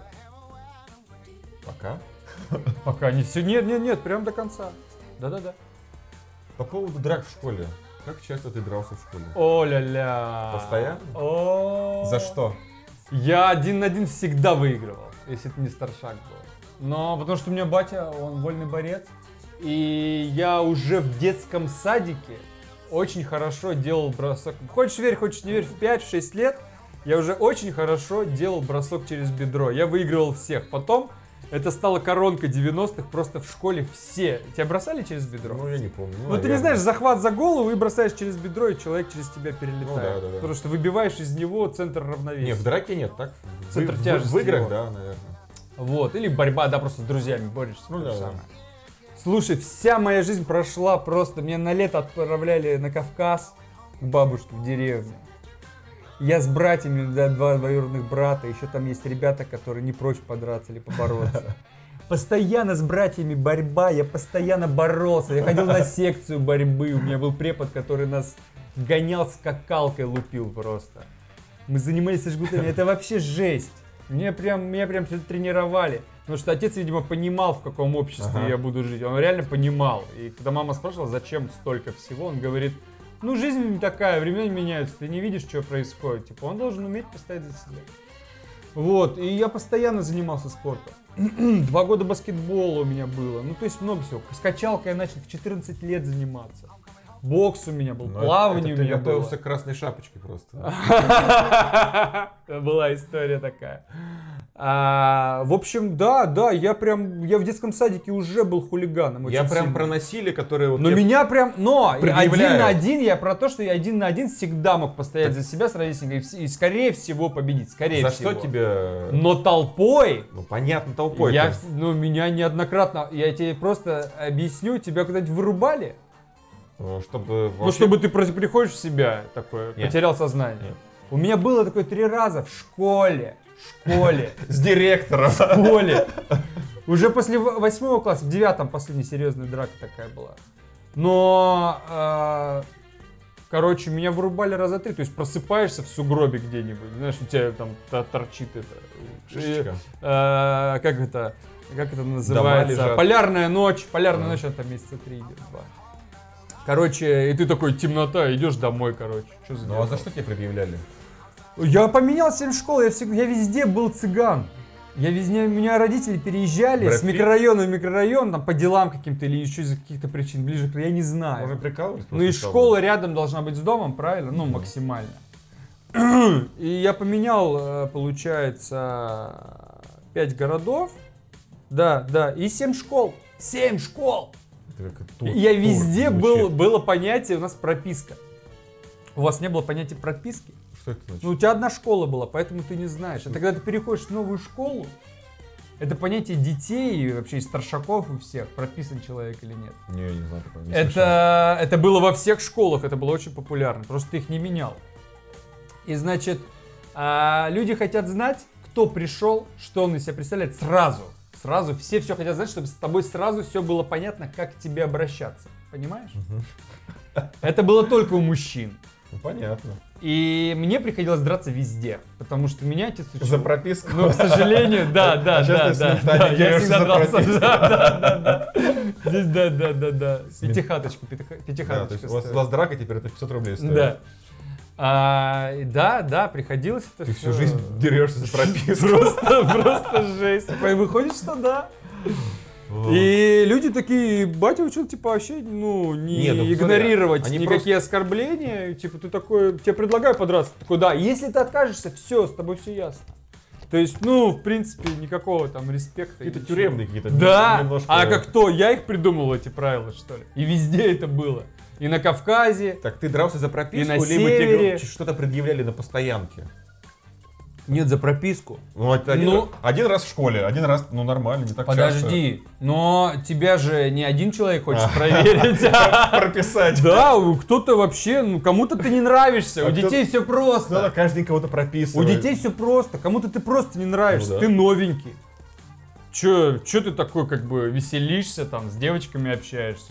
C: Пока.
B: Пока не все. Нет, прям до конца. Да-да-да.
C: По поводу драк в школе. Как часто ты дрался в школе?
B: О-ля-ля.
C: Постоянно?
B: О.
A: За что?
B: Я 1 на 1 всегда выигрывал, если это не старшак был. Но потому что у меня батя, он вольный борец. И я уже в детском садике очень хорошо делал бросок. Хочешь верь, хочешь не верь, в 5-6 лет я уже очень хорошо делал бросок через бедро. Я выигрывал всех. Потом это стала коронка 90-х, просто в школе все. Тебя бросали через бедро?
C: Ну, я не помню.
B: Ну, ты не знаешь, захват за голову и бросаешь через бедро, и человек через тебя перелетает.
C: Ну, да.
B: Потому что выбиваешь из него центр равновесия.
C: Не, в драке нет, так?
B: Центр тяжести
C: В играх,
B: его.
C: да, наверное.
B: Вот, или борьба, да, просто с друзьями борешься.
C: Ну,
B: то же
C: да.
B: самое. Слушай, вся моя жизнь прошла просто. Меня на лето отправляли на Кавказ к бабушке в деревню. Я с братьями, да, 2 двоюродных брата, еще там есть ребята, которые не прочь подраться или побороться. Постоянно с братьями борьба, я постоянно боролся. Я ходил на секцию борьбы, у меня был препод, который нас гонял скакалкой, лупил просто. Мы занимались со жгутами, это вообще жесть. Меня прям тренировали. Потому что отец, видимо, понимал, в каком обществе я буду жить. Он реально понимал. И когда мама спрашивала, зачем столько всего, он говорит, ну жизнь такая, времена меняются, ты не видишь, что происходит. Типа он должен уметь постоять за себя. Вот, и я постоянно занимался спортом. 2 года баскетбола у меня было. Ну, то есть много всего. С качалкой я начал в 14 лет заниматься. Бокс у меня был, плавание у меня
C: Ты
B: было.
C: готовился к красной шапочке просто.
B: Была история такая. В общем, да, я в детском садике уже был хулиганом.
C: Я
B: очень
C: прям
B: сильно.
C: про насилие, которое... вот
B: Но
C: я-
B: меня прям, но
C: предъявляю.
B: 1 на 1, я про то, что я 1 на 1 всегда мог постоять за себя с ровесниками и скорее всего победить, скорее
C: За
B: всего.
C: что тебе...
B: Но толпой,
C: Ну, понятно, толпой.
B: я, меня неоднократно, я тебе просто объясню, тебя когда-нибудь вырубали?
C: Чтобы
B: Ну,
C: вообще-
B: чтобы ты просто приходишь в себя, такое,
C: Нет.
B: потерял сознание.
C: Нет.
B: У меня было такое 3 раза в школе.
C: С директором.
B: В школе. Уже после 8 класса, в 9 последняя серьезная драка такая была. Но Короче, меня вырубали раза 3. То есть просыпаешься в сугробе где-нибудь. Знаешь, у тебя там торчит это.
C: Шишечка.
B: Как это называется? Полярная ночь. Полярная ночь, она там месяца 3 идет, 2. Короче, и ты такой, темнота, идешь домой, короче. Что за
C: Ну а за что тебе предъявляли?
B: Я поменял 7 школ, я везде был цыган. У меня родители переезжали с микрорайона в микрорайон, там, по делам каким-то или еще из-за каких-то причин, ближе к... Я не знаю.
C: Можно прикалываться?
B: Ну и школа рядом должна быть с домом, правильно? Ну, максимально. И я поменял, получается, 5 городов. Да, и 7 школ. 7 школ! Я везде было понятие, у нас прописка. У вас не было понятия прописки?
C: Что это значит?
B: Ну, у тебя одна школа была, поэтому ты не знаешь. А когда ты переходишь в новую школу, это понятие детей и вообще и старшаков у всех, прописан человек или нет.
C: Не, я не знаю такого.
B: Это было во всех школах, это было очень популярно, просто ты их не менял. И значит, люди хотят знать, кто пришел, что он из себя представляет сразу. Сразу все хотят знать, чтобы с тобой сразу все было понятно, как к тебе обращаться. Понимаешь? Это было только у мужчин.
C: Ну, понятно.
B: И мне приходилось драться везде, потому что меня отец учил.
C: За прописку?
B: Ну, к сожалению, да. Я всегда дрался. Да. Здесь, да. Пятихаточка.
C: Да, то есть у вас драка теперь это 500 рублей стоит.
B: Да. Да, приходилось это
C: Ты всю жизнь дерешься за прописку.
B: Просто жесть. Выходит, что да. И люди такие, батя учил, типа, вообще, не игнорировать никакие оскорбления. Типа, ты такой, тебе предлагаю подраться. Ты такой, да, если ты откажешься, все, с тобой все ясно. То есть, в принципе, никакого там респекта.
C: Какие-то тюремные какие-то.
B: Да,
C: немножко...
B: а как кто? Я их придумал, эти правила, что ли? И везде это было. И на Кавказе.
C: Так ты дрался за прописку,
B: и на
C: либо
B: севере.
C: тебе что-то предъявляли на постоянке?
B: Нет, за прописку.
C: Один раз в школе, один раз, нормально, не так часто.
B: Подожди, но тебя же не один человек хочет проверить.
C: Прописать.
B: Да, кто-то вообще, кому-то ты не нравишься, у детей все просто.
C: Надо каждый день кого-то прописывать.
B: У детей все просто, кому-то ты просто не нравишься, ты новенький. Че ты такой, как бы, веселишься, там, с девочками общаешься?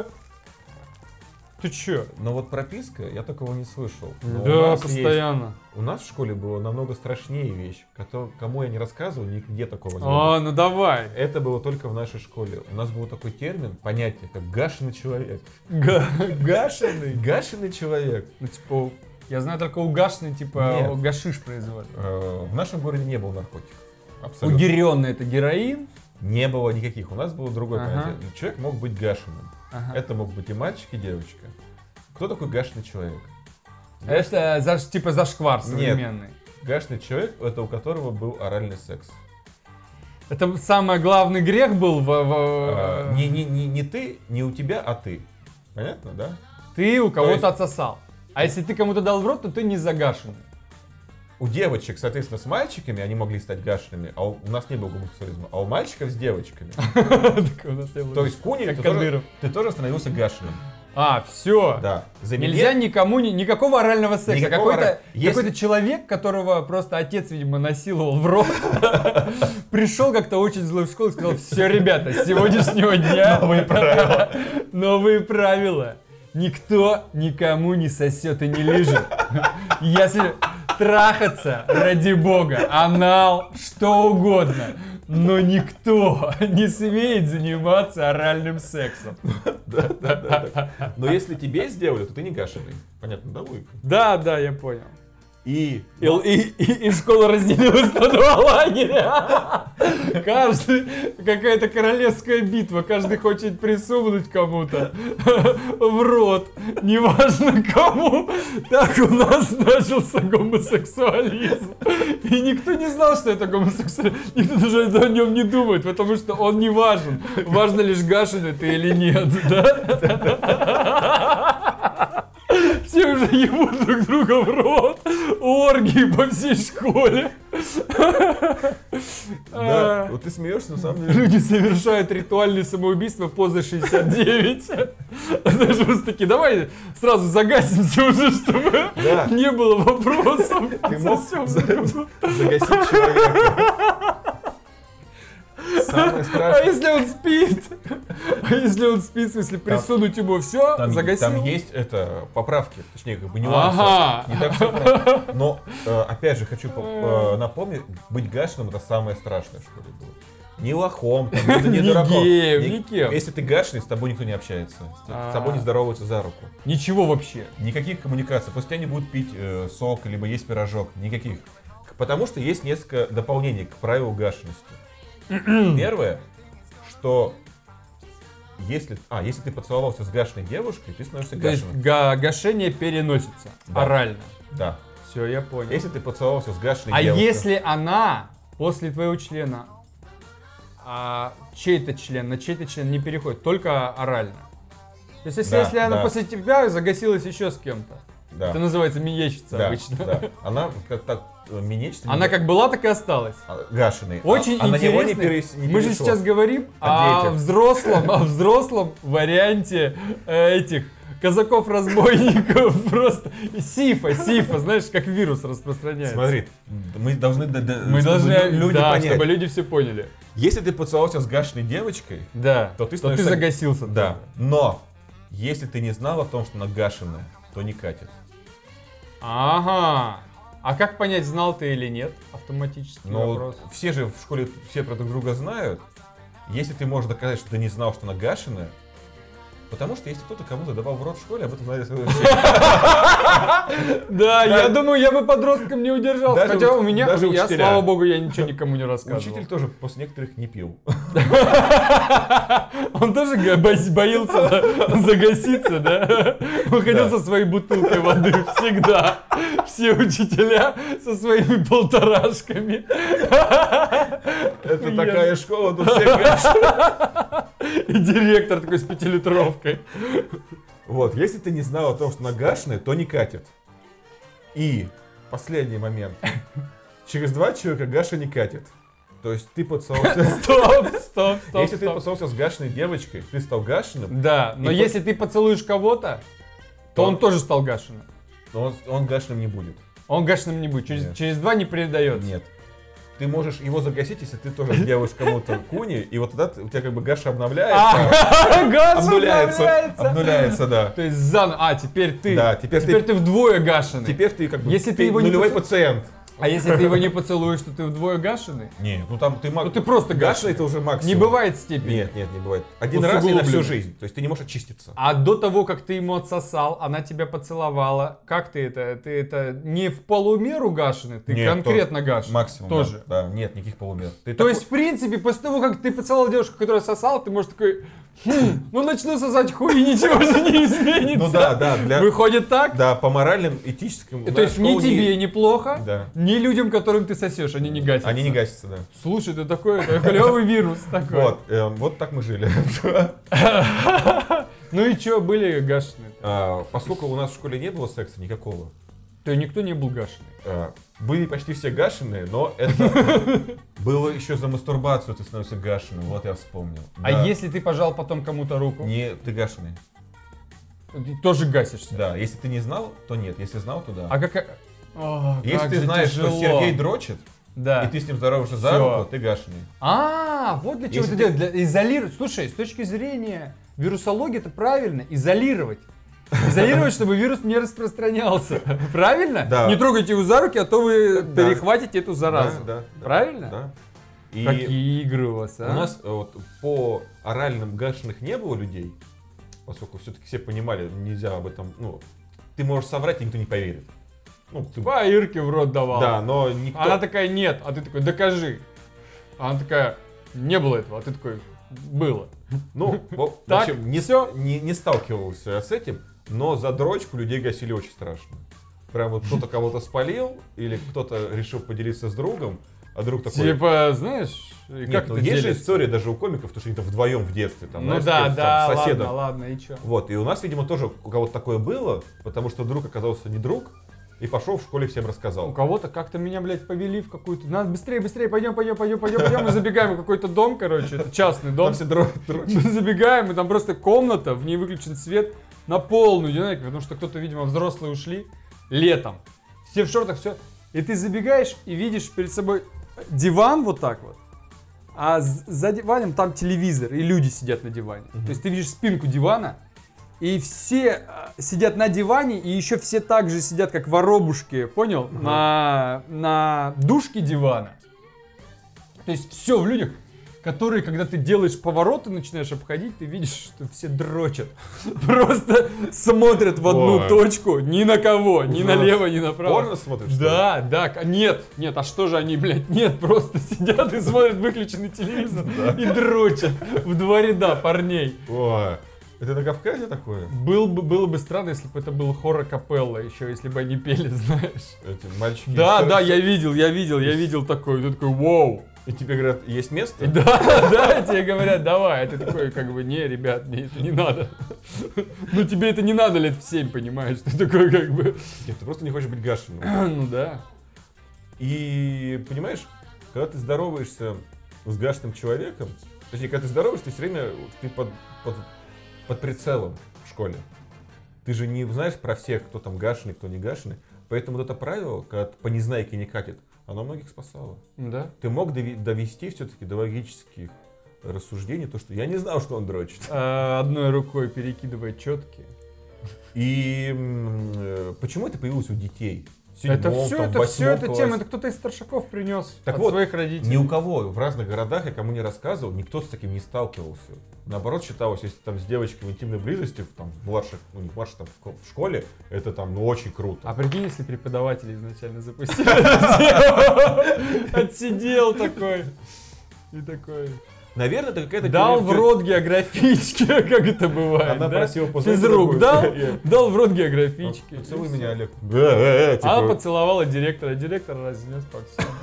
B: Ты че?
C: Но вот прописка, я такого не слышал.
B: Да, постоянно.
C: У нас в школе было намного страшнее вещь, кому я не рассказывал, нигде такого не было.
B: Ну давай.
C: Это было только в нашей школе. У нас был такой термин, понятие, как гашеный человек.
B: Гашеный?
C: Гашеный человек.
B: Ну, типа, я знаю только угашенный, типа, гашиш производит.
C: В нашем городе не было наркотиков. Абсолютно.
B: Угеренный это героин?
C: Не было никаких. У нас было другое понятие. Человек мог быть гашеным. Это мог быть и мальчик, и девочка. Кто такой гашеный человек?
B: Это типа зашквар современный.
C: Нет. Гашеный человек, это у которого был оральный секс.
B: Это самый главный грех был
C: Не ты, не у тебя, а ты. Понятно, да?
B: Ты у кого-то отсосал. А если ты кому-то дал в рот, то ты не загашенный.
C: У девочек, соответственно, с мальчиками они могли стать гашенными, а у нас не было гомосексуализма, а у мальчиков с девочками. То есть куни, ты тоже становился гашеным.
B: Все.
C: Да.
B: Нельзя никакого орального секса. Какой-то человек, которого просто отец, видимо, насиловал в рот, пришел как-то очень злой в школу и сказал: все, ребята, с сегодняшнего дня новые правила. Никто никому не сосет и не лижет. Если трахаться, ради бога, анал, что угодно, но никто не смеет заниматься оральным сексом.
C: Да. Но если тебе сделали, то ты не гашеный. Понятно, да, Луик?
B: Да, я понял.
C: И
B: школа разделилась на 2 лагеря. Каждый, какая-то королевская битва. Каждый хочет присунуть кому-то в рот. Неважно кому. Так у нас начался гомосексуализм. И никто не знал, что это гомосексуализм. Никто даже о нем не думает, потому что он не важен. Важно лишь, гашеный ты или нет. Все уже ебут друг друга в рот. Оргии по всей школе.
C: Да, вот ты смеешься, на самом деле.
B: Люди совершают ритуальное самоубийство поза 69. Знаешь, просто такие, давай сразу загасимся уже, чтобы не было вопросов.
C: Ты мог загасить человека. Самое
B: А
C: страшное...
B: если он спит? А если он спит, в смысле, присунуть ему все, загасил?
C: Там есть поправки, точнее, как бы нюансы.
B: Ага.
C: Не так все просто. Но, опять же, хочу напомнить, быть гашеным — это самое страшное в школе было. Ни лохом, там, ни дураком.
B: геем, ни кем.
C: Если ты гашеный, с тобой никто не общается. С тобой не здороваются за руку.
B: Ничего вообще.
C: Никаких коммуникаций. После тебя не будут пить сок, либо есть пирожок. Никаких. Потому что есть несколько дополнений к правилу гашености. Первое, что если ты поцеловался с гашеной девушкой, ты становишься
B: То есть
C: гашеным.
B: гашение переносится
C: Да.
B: орально.
C: Да.
B: Все, я понял.
C: Если ты поцеловался с гашеной
B: А
C: девушкой...
B: если она после твоего члена, чей-то член на чей-то член не переходит, только орально? То есть если,
C: Да,
B: если она
C: да.
B: после тебя загасилась еще с кем-то,
C: Да.
B: это называется минечица
C: Да,
B: обычно.
C: да. Она как так минечится.
B: Она как была, так и осталась.
C: Гашеной.
B: Очень
C: на него не
B: интересно.
C: не
B: Мы же
C: перешло.
B: сейчас говорим
C: О
B: о
C: детях.
B: взрослом варианте этих казаков-разбойников. Просто сифа, знаешь, как вирус распространяется.
C: Смотри, мы должны,
B: Мы
C: чтобы
B: должны,
C: люди
B: да,
C: понять.
B: чтобы люди все поняли.
C: Если ты поцеловался с гашеной девочкой,
B: Да,
C: то ты
B: ты
C: становишься...
B: загасился.
C: Да. Но если ты не знал о том, что она гашеная, то не катит.
B: Ага. А как понять, знал ты или нет? Автоматический вопрос.
C: Все же в школе все про друг друга знают. Если ты можешь доказать, что ты не знал, что она гашеная, потому что если кто-то кому-то давал в рот в школе, об этом знали все.
B: Да, я думаю, я бы подростком не удержался.
C: Даже
B: Хотя у меня,
C: даже
B: я,
C: учителя.
B: слава богу, я ничего никому не рассказывал.
C: Учитель тоже после некоторых не пил.
B: Он тоже боился загаситься, да? Он ходил со своей бутылкой воды всегда. Все учителя со своими полторашками.
C: Это такая школа, тут все гашеные.
B: И директор такой с 5-литровкой.
C: Вот, если ты не знал о том, что она гашеная, то не катит. И последний момент. Через 2 человека Гаша не катит. То есть ты поцеловался...
B: Стоп.
C: Если ты поцеловался с гашеной девочкой, ты стал гашеным,
B: Да, но если ты поцелуешь кого-то, то он тоже стал гашеным.
C: но он гашеным не будет.
B: Он гашеным не будет,
C: Нет.
B: через 2 не передается.
C: Нет. Ты можешь его загасить, если ты тоже делаешь кому-то куни, и вот тогда у тебя как бы Гаша обновляется.
B: Гаш
C: Обнуляется, да.
B: То есть заново. Теперь ты.
C: Да,
B: теперь ты вдвое гашеный.
C: Теперь ты как бы
B: Если ты его не
C: нулевой
B: поц-
C: пациент.
B: А если ты его не поцелуешь, то ты вдвое гашеный?
C: Не, ну там ты
B: Ну ты просто
C: Гаша
B: гашеный.
C: это уже максимум.
B: Не бывает степени.
C: Нет, не бывает. Один раз и на всю жизнь. То есть ты не можешь очиститься.
B: А до того, как ты ему отсосал, она тебя поцеловала, как ты это? Ты это не в полумеру гашеный, ты
C: Нет,
B: конкретно гашеный?
C: Максимум.
B: Тоже.
C: Да, нет, никаких полумер. Ты
B: То
C: такой-
B: есть, в принципе, после того, как ты поцеловал девушку, которая сосала, ты можешь такой, ну начну сосать хуй, и ничего же не изменится.
C: Ну да,
B: Выходит так?
C: Да, по моральным, этическим.
B: То есть ни тебе неплохо,
C: Да.
B: ни людям, которым ты сосешь, они не гасятся.
C: Они не гасятся, да.
B: Слушай, ты такой, это клевый вирус такой.
C: Вот так мы жили.
B: Ну и чё, были гашеные?
C: Поскольку у нас в школе не было секса никакого,
B: То никто не был гашеный.
C: были почти все гашеные, но это было еще за мастурбацию ты становишься гашеным, вот я вспомнил.
B: А
C: Да.
B: если ты пожал потом кому-то руку,
C: Не, ты гашеный.
B: ты тоже гасишься.
C: Да, если ты не знал, то нет, если знал, то да.
B: А как... О,
C: Если
B: как
C: ты
B: же
C: знаешь,
B: тяжело.
C: что Сергей дрочит,
B: Да.
C: и ты с ним здороваешься за
B: Всё.
C: руку, ты гашеный.
B: Вот для чего
C: Если
B: это
C: ты-
B: делать. Для изолировать. Слушай, с точки зрения вирусологии это правильно. Изолировать. Изолировать, чтобы вирус не распространялся. Правильно?
C: Да.
B: Не трогайте его за руки, а то вы
C: Да.
B: перехватите эту заразу.
C: Да.
B: Правильно?
C: Да. И
B: Какие игры у вас, а?
C: у нас вот, по оральным гашеных не было людей, поскольку все-таки все понимали, нельзя об этом, ну, ты можешь соврать, и никто не поверит. Ну, ты-
B: По Ирке в рот давал.
C: да, но никто...
B: Она такая, нет, а ты такой, докажи. А она такая, не было этого, а ты такой, было.
C: Ну, в
B: Так,
C: общем, не,
B: всё.
C: не сталкивался я с этим, но за дрочку людей гасили очень страшно. Прям вот кто-то кого-то спалил, или кто-то решил поделиться с другом, а друг такой...
B: Типа, знаешь, и
C: Нет,
B: как
C: ну,
B: это
C: есть же
B: делится?
C: история даже у комиков, то что они-то вдвоем в детстве, там,
B: Ну
C: знаешь,
B: да,
C: там,
B: да,
C: с соседом.
B: ладно, и чё?
C: Вот, и у нас, видимо, тоже у кого-то такое было, потому что друг оказался не друг, и пошел в школе всем
B: У
C: рассказал.
B: кого-то как-то меня, блядь, повели в какую-то... Надо быстрее, пойдем. Мы забегаем в какой-то дом, короче, это частный дом.
C: Там все
B: Мы забегаем, и там просто комната, в ней выключен свет на полную динамику, потому что кто-то, видимо, взрослые ушли летом. Все в шортах, все. И ты забегаешь и видишь перед собой диван вот так вот. а за диваном там телевизор, и люди сидят на диване. То есть ты видишь спинку дивана, и все сидят на диване, и еще все так же сидят, как воробушки, понял? На дужке дивана. То есть все в людях, которые, когда ты делаешь повороты, начинаешь обходить, ты видишь, что все дрочат. Просто смотрят в одну точку, ни на кого, ни налево, ни направо.
C: Порно смотришь?
B: Да, да, нет, а что же они, блядь, нет, просто сидят и смотрят выключенный телевизор и дрочат в 2 ряда парней.
C: Ой, это на Кавказе такое?
B: Было бы странно, если бы это был хор-капелла, еще если бы они пели, знаешь.
C: Эти мальчики...
B: Да, я видел такой, ты такой, вау.
C: И тебе говорят, есть место?
B: Да, тебе говорят, давай, а ты такой, как бы, не, ребят, мне это не надо. Ну, тебе это не надо лет в 7, понимаешь, ты такой, как бы...
C: Нет, ты просто не хочешь быть гашеным.
B: Ну, да.
C: И, понимаешь, когда ты здороваешься с гашенным человеком, точнее, когда ты здороваешься, ты все время ты под прицелом в школе. Ты же не знаешь про всех, кто там гашеный, кто не гашеный. Поэтому вот это правило, когда по незнайке не катит, оно многих спасало.
B: Да?
C: Ты мог довести все-таки до логических рассуждений, то, что я не знал, что он дрочит.
B: Одной рукой перекидывая четки.
C: И почему это появилось у детей?
B: Это все эта тема, это кто-то из старшаков принес
C: так
B: от
C: вот,
B: своих родителей.
C: Ни у кого в разных городах, я кому не рассказывал, никто с таким не сталкивался. Наоборот, считалось, если там с девочкой в интимной близости, там, в младших, ну не младших, там, в школе, это там, ну, очень круто.
B: А прикинь, если преподаватели изначально запустили. Отсидел такой. И такой...
C: Наверное, это какая-то...
B: Дал в рот географички, как это бывает.
C: Она просила позвонить.
B: Физрук дал в рот географички.
C: Поцелуй меня, Олег.
B: Она поцеловала директора, директор разнес по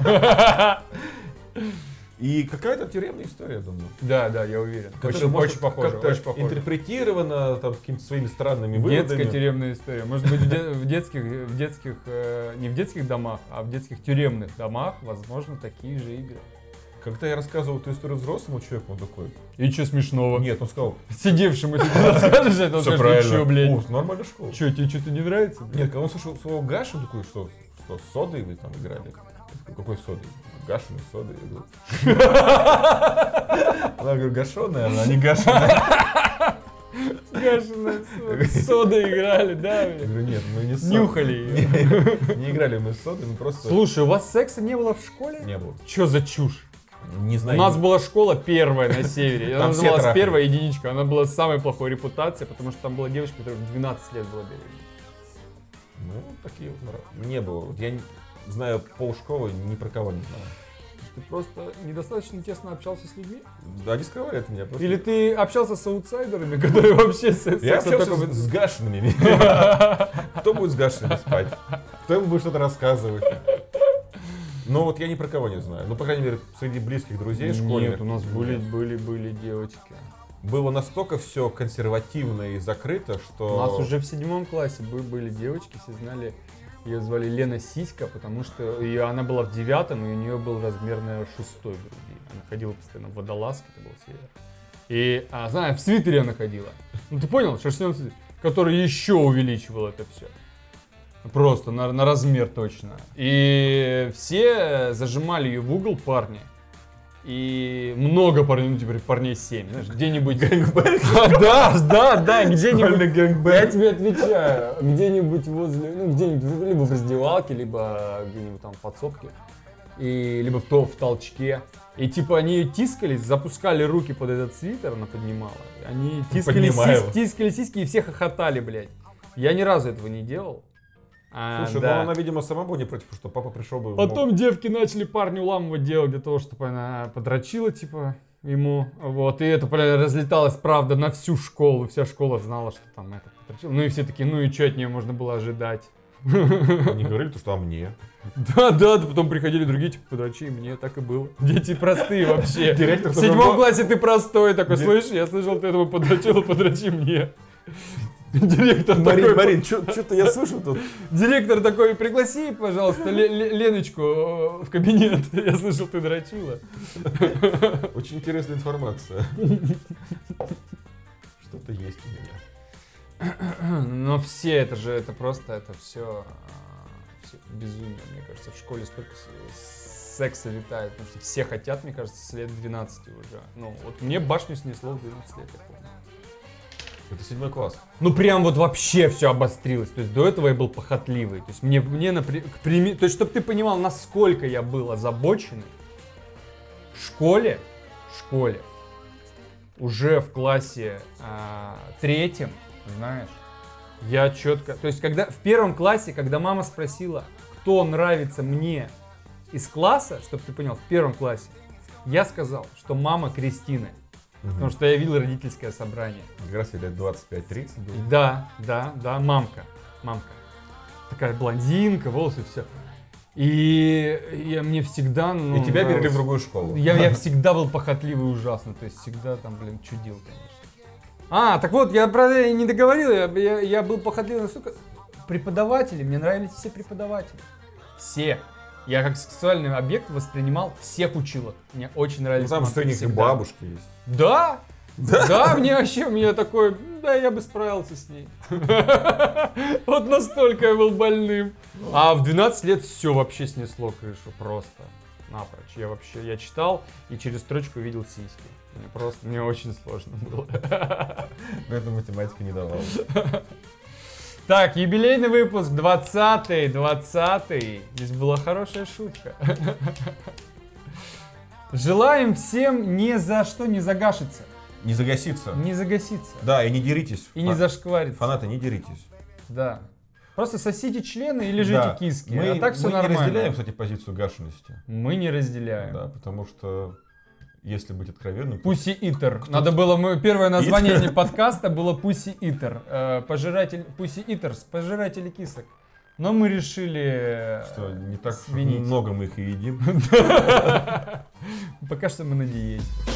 B: всем.
C: И какая-то тюремная история, я думаю.
B: Да, я уверен. Очень похоже, очень похоже.
C: Интерпретирована там какими-то своими странными выводами.
B: Детская тюремная история. Может быть, в детских, не в детских домах, а в детских тюремных домах, возможно, такие же игры.
C: Когда я рассказывал эту историю взрослому человеку, он такой...
B: И что смешного?
C: Нет, он сказал...
B: Сидевшему, если ты расскажешь это, он
C: Все
B: скажет,
C: правильно.
B: что, блядь?
C: О, нормальная школа.
B: Что, тебе что-то не нравится? Блядь?
C: Нет, когда он слышал слово Гаш, он такой, что с содой вы там играли? Я такой, какой содой? Гашеный с содой. Я говорю... Она говорит, гашеная, она не гашеная.
B: Гашеная с содой играли, да?
C: Я говорю, нет, мы не с содой.
B: Нюхали ее.
C: Не играли мы с содой, мы просто...
B: Слушай, у вас секса не было в школе?
C: Не было.
B: Что за чушь?
C: Не
B: У
C: знаю.
B: нас была школа первая на севере. Она
C: Там все
B: называлась
C: трахали.
B: первая единичка. Она была с самой плохой репутацией, потому что там была девочка, которая в 12 лет была беременна.
C: Ну, такие вот нравы. Не было. Вот я знаю полшколы, ни про кого не знал.
B: Ты просто недостаточно тесно общался с людьми?
C: Да, они скрывали от меня. Просто...
B: Или ты общался с аутсайдерами, которые вообще
C: Я
B: сексом
C: общался
B: только...
C: с гашенными. Кто будет с гашенными спать? Кто ему будет что-то рассказывать? Ну вот я ни про кого не знаю. Ну, по крайней мере, среди близких друзей школьных.
B: Нет, у нас были девочки.
C: Было настолько все консервативно и закрыто, что...
B: У нас уже в 7 классе были девочки, все знали, ее звали Лена Сиська, потому что она была в 9, и у нее был размер, наверное, 6 груди. Она ходила постоянно в водолазке, это был север. И, в свитере она ходила. Ну ты понял, шерстяной свитер, который еще увеличивал это все. Просто на размер точно. И все зажимали ее в угол, парни. И много парней, ну теперь парней 7, знаешь, где-нибудь... Гэнгбэнг? Да, где-нибудь... Я тебе отвечаю, где-нибудь возле, где-нибудь либо в раздевалке, либо где-нибудь там в подсобке, либо в толчке. И типа они ее тискались, запускали руки под этот свитер, она поднимала. Они тискали сиськи и все хохотали, блядь. Я ни разу этого не делал.
C: Слушай,
B: да.
C: ну она, видимо, сама была не против, что папа пришел бы...
B: Потом девки начали парню ламывать дело для того, чтобы она подрочила, типа, ему. Вот, и это разлеталось, правда, на всю школу. Вся школа знала, что там это подрочила. Ну и все такие, ну и что от нее можно было ожидать?
C: Они говорили, что а мне?
B: Да, потом приходили другие, типа, подрочи, мне так и было. Дети простые вообще.
C: Директор
B: в 7 классе ты простой, такой, слышишь, я слышал, ты этого подрочила, подрочи мне. Директор такой...
C: Марин, что-то я слышу тут.
B: Директор такой, пригласи, пожалуйста, Леночку в кабинет. Я слышал, ты дрочила.
C: Очень интересная информация. Что-то есть у меня.
B: Но все, это все безумие, мне кажется. В школе столько секса летает, потому что все хотят, мне кажется, с лет 12 уже. Ну, вот мне башню снесло в 12 лет, я помню.
C: Это 7 класс.
B: Ну, прям вот вообще все обострилось. То есть до этого я был похотливый. То есть мне то есть, чтобы ты понимал, насколько я был озабоченный, в школе, уже в классе 3, знаешь, я четко... То есть, когда в 1 классе, когда мама спросила, кто нравится мне из класса, чтобы ты понял, в 1 классе, я сказал, что мама Кристины. Потому что я видел родительское собрание.
C: Как раз лет 25-30 было.
B: Да, мамка. Такая блондинка, волосы, все. И мне всегда...
C: И тебя перевели в другую школу.
B: Я всегда был похотливый ужасно. То есть всегда там, чудил, конечно. Так вот, я правда не договорил. Я был похотливый настолько... Преподаватели, мне нравились все преподаватели. Все. Я как сексуальный объект воспринимал всех училок. Мне очень нравились.
C: Ну, там что у них и бабушки есть.
B: Да? Да, мне такой, да, я бы справился с ней. Вот настолько я был больным. А в 12 лет все вообще снесло крышу, просто напрочь. Я читал и через строчку видел сиськи. Мне очень сложно было.
C: Поэтому математика не давала.
B: Так, юбилейный выпуск, 20-й. Здесь была хорошая шутка. Желаем всем ни за что не загашиться.
C: Не загаситься.
B: Не загаситься.
C: Да, и не деритесь.
B: И не зашквариться.
C: Фанаты, не деритесь.
B: Да. Просто сосите члены и лежите киски. А так все нормально.
C: Мы не разделяем, кстати, позицию гашенности.
B: Мы не разделяем.
C: Да, потому что, если быть откровенным...
B: Pussy Eater. Надо было, первое название подкаста было Pussy Eater. Pussy Eaters, пожиратели кисок. Но мы решили...
C: Что не так
B: сменить.
C: много мы их и едим.
B: Пока что мы на диете.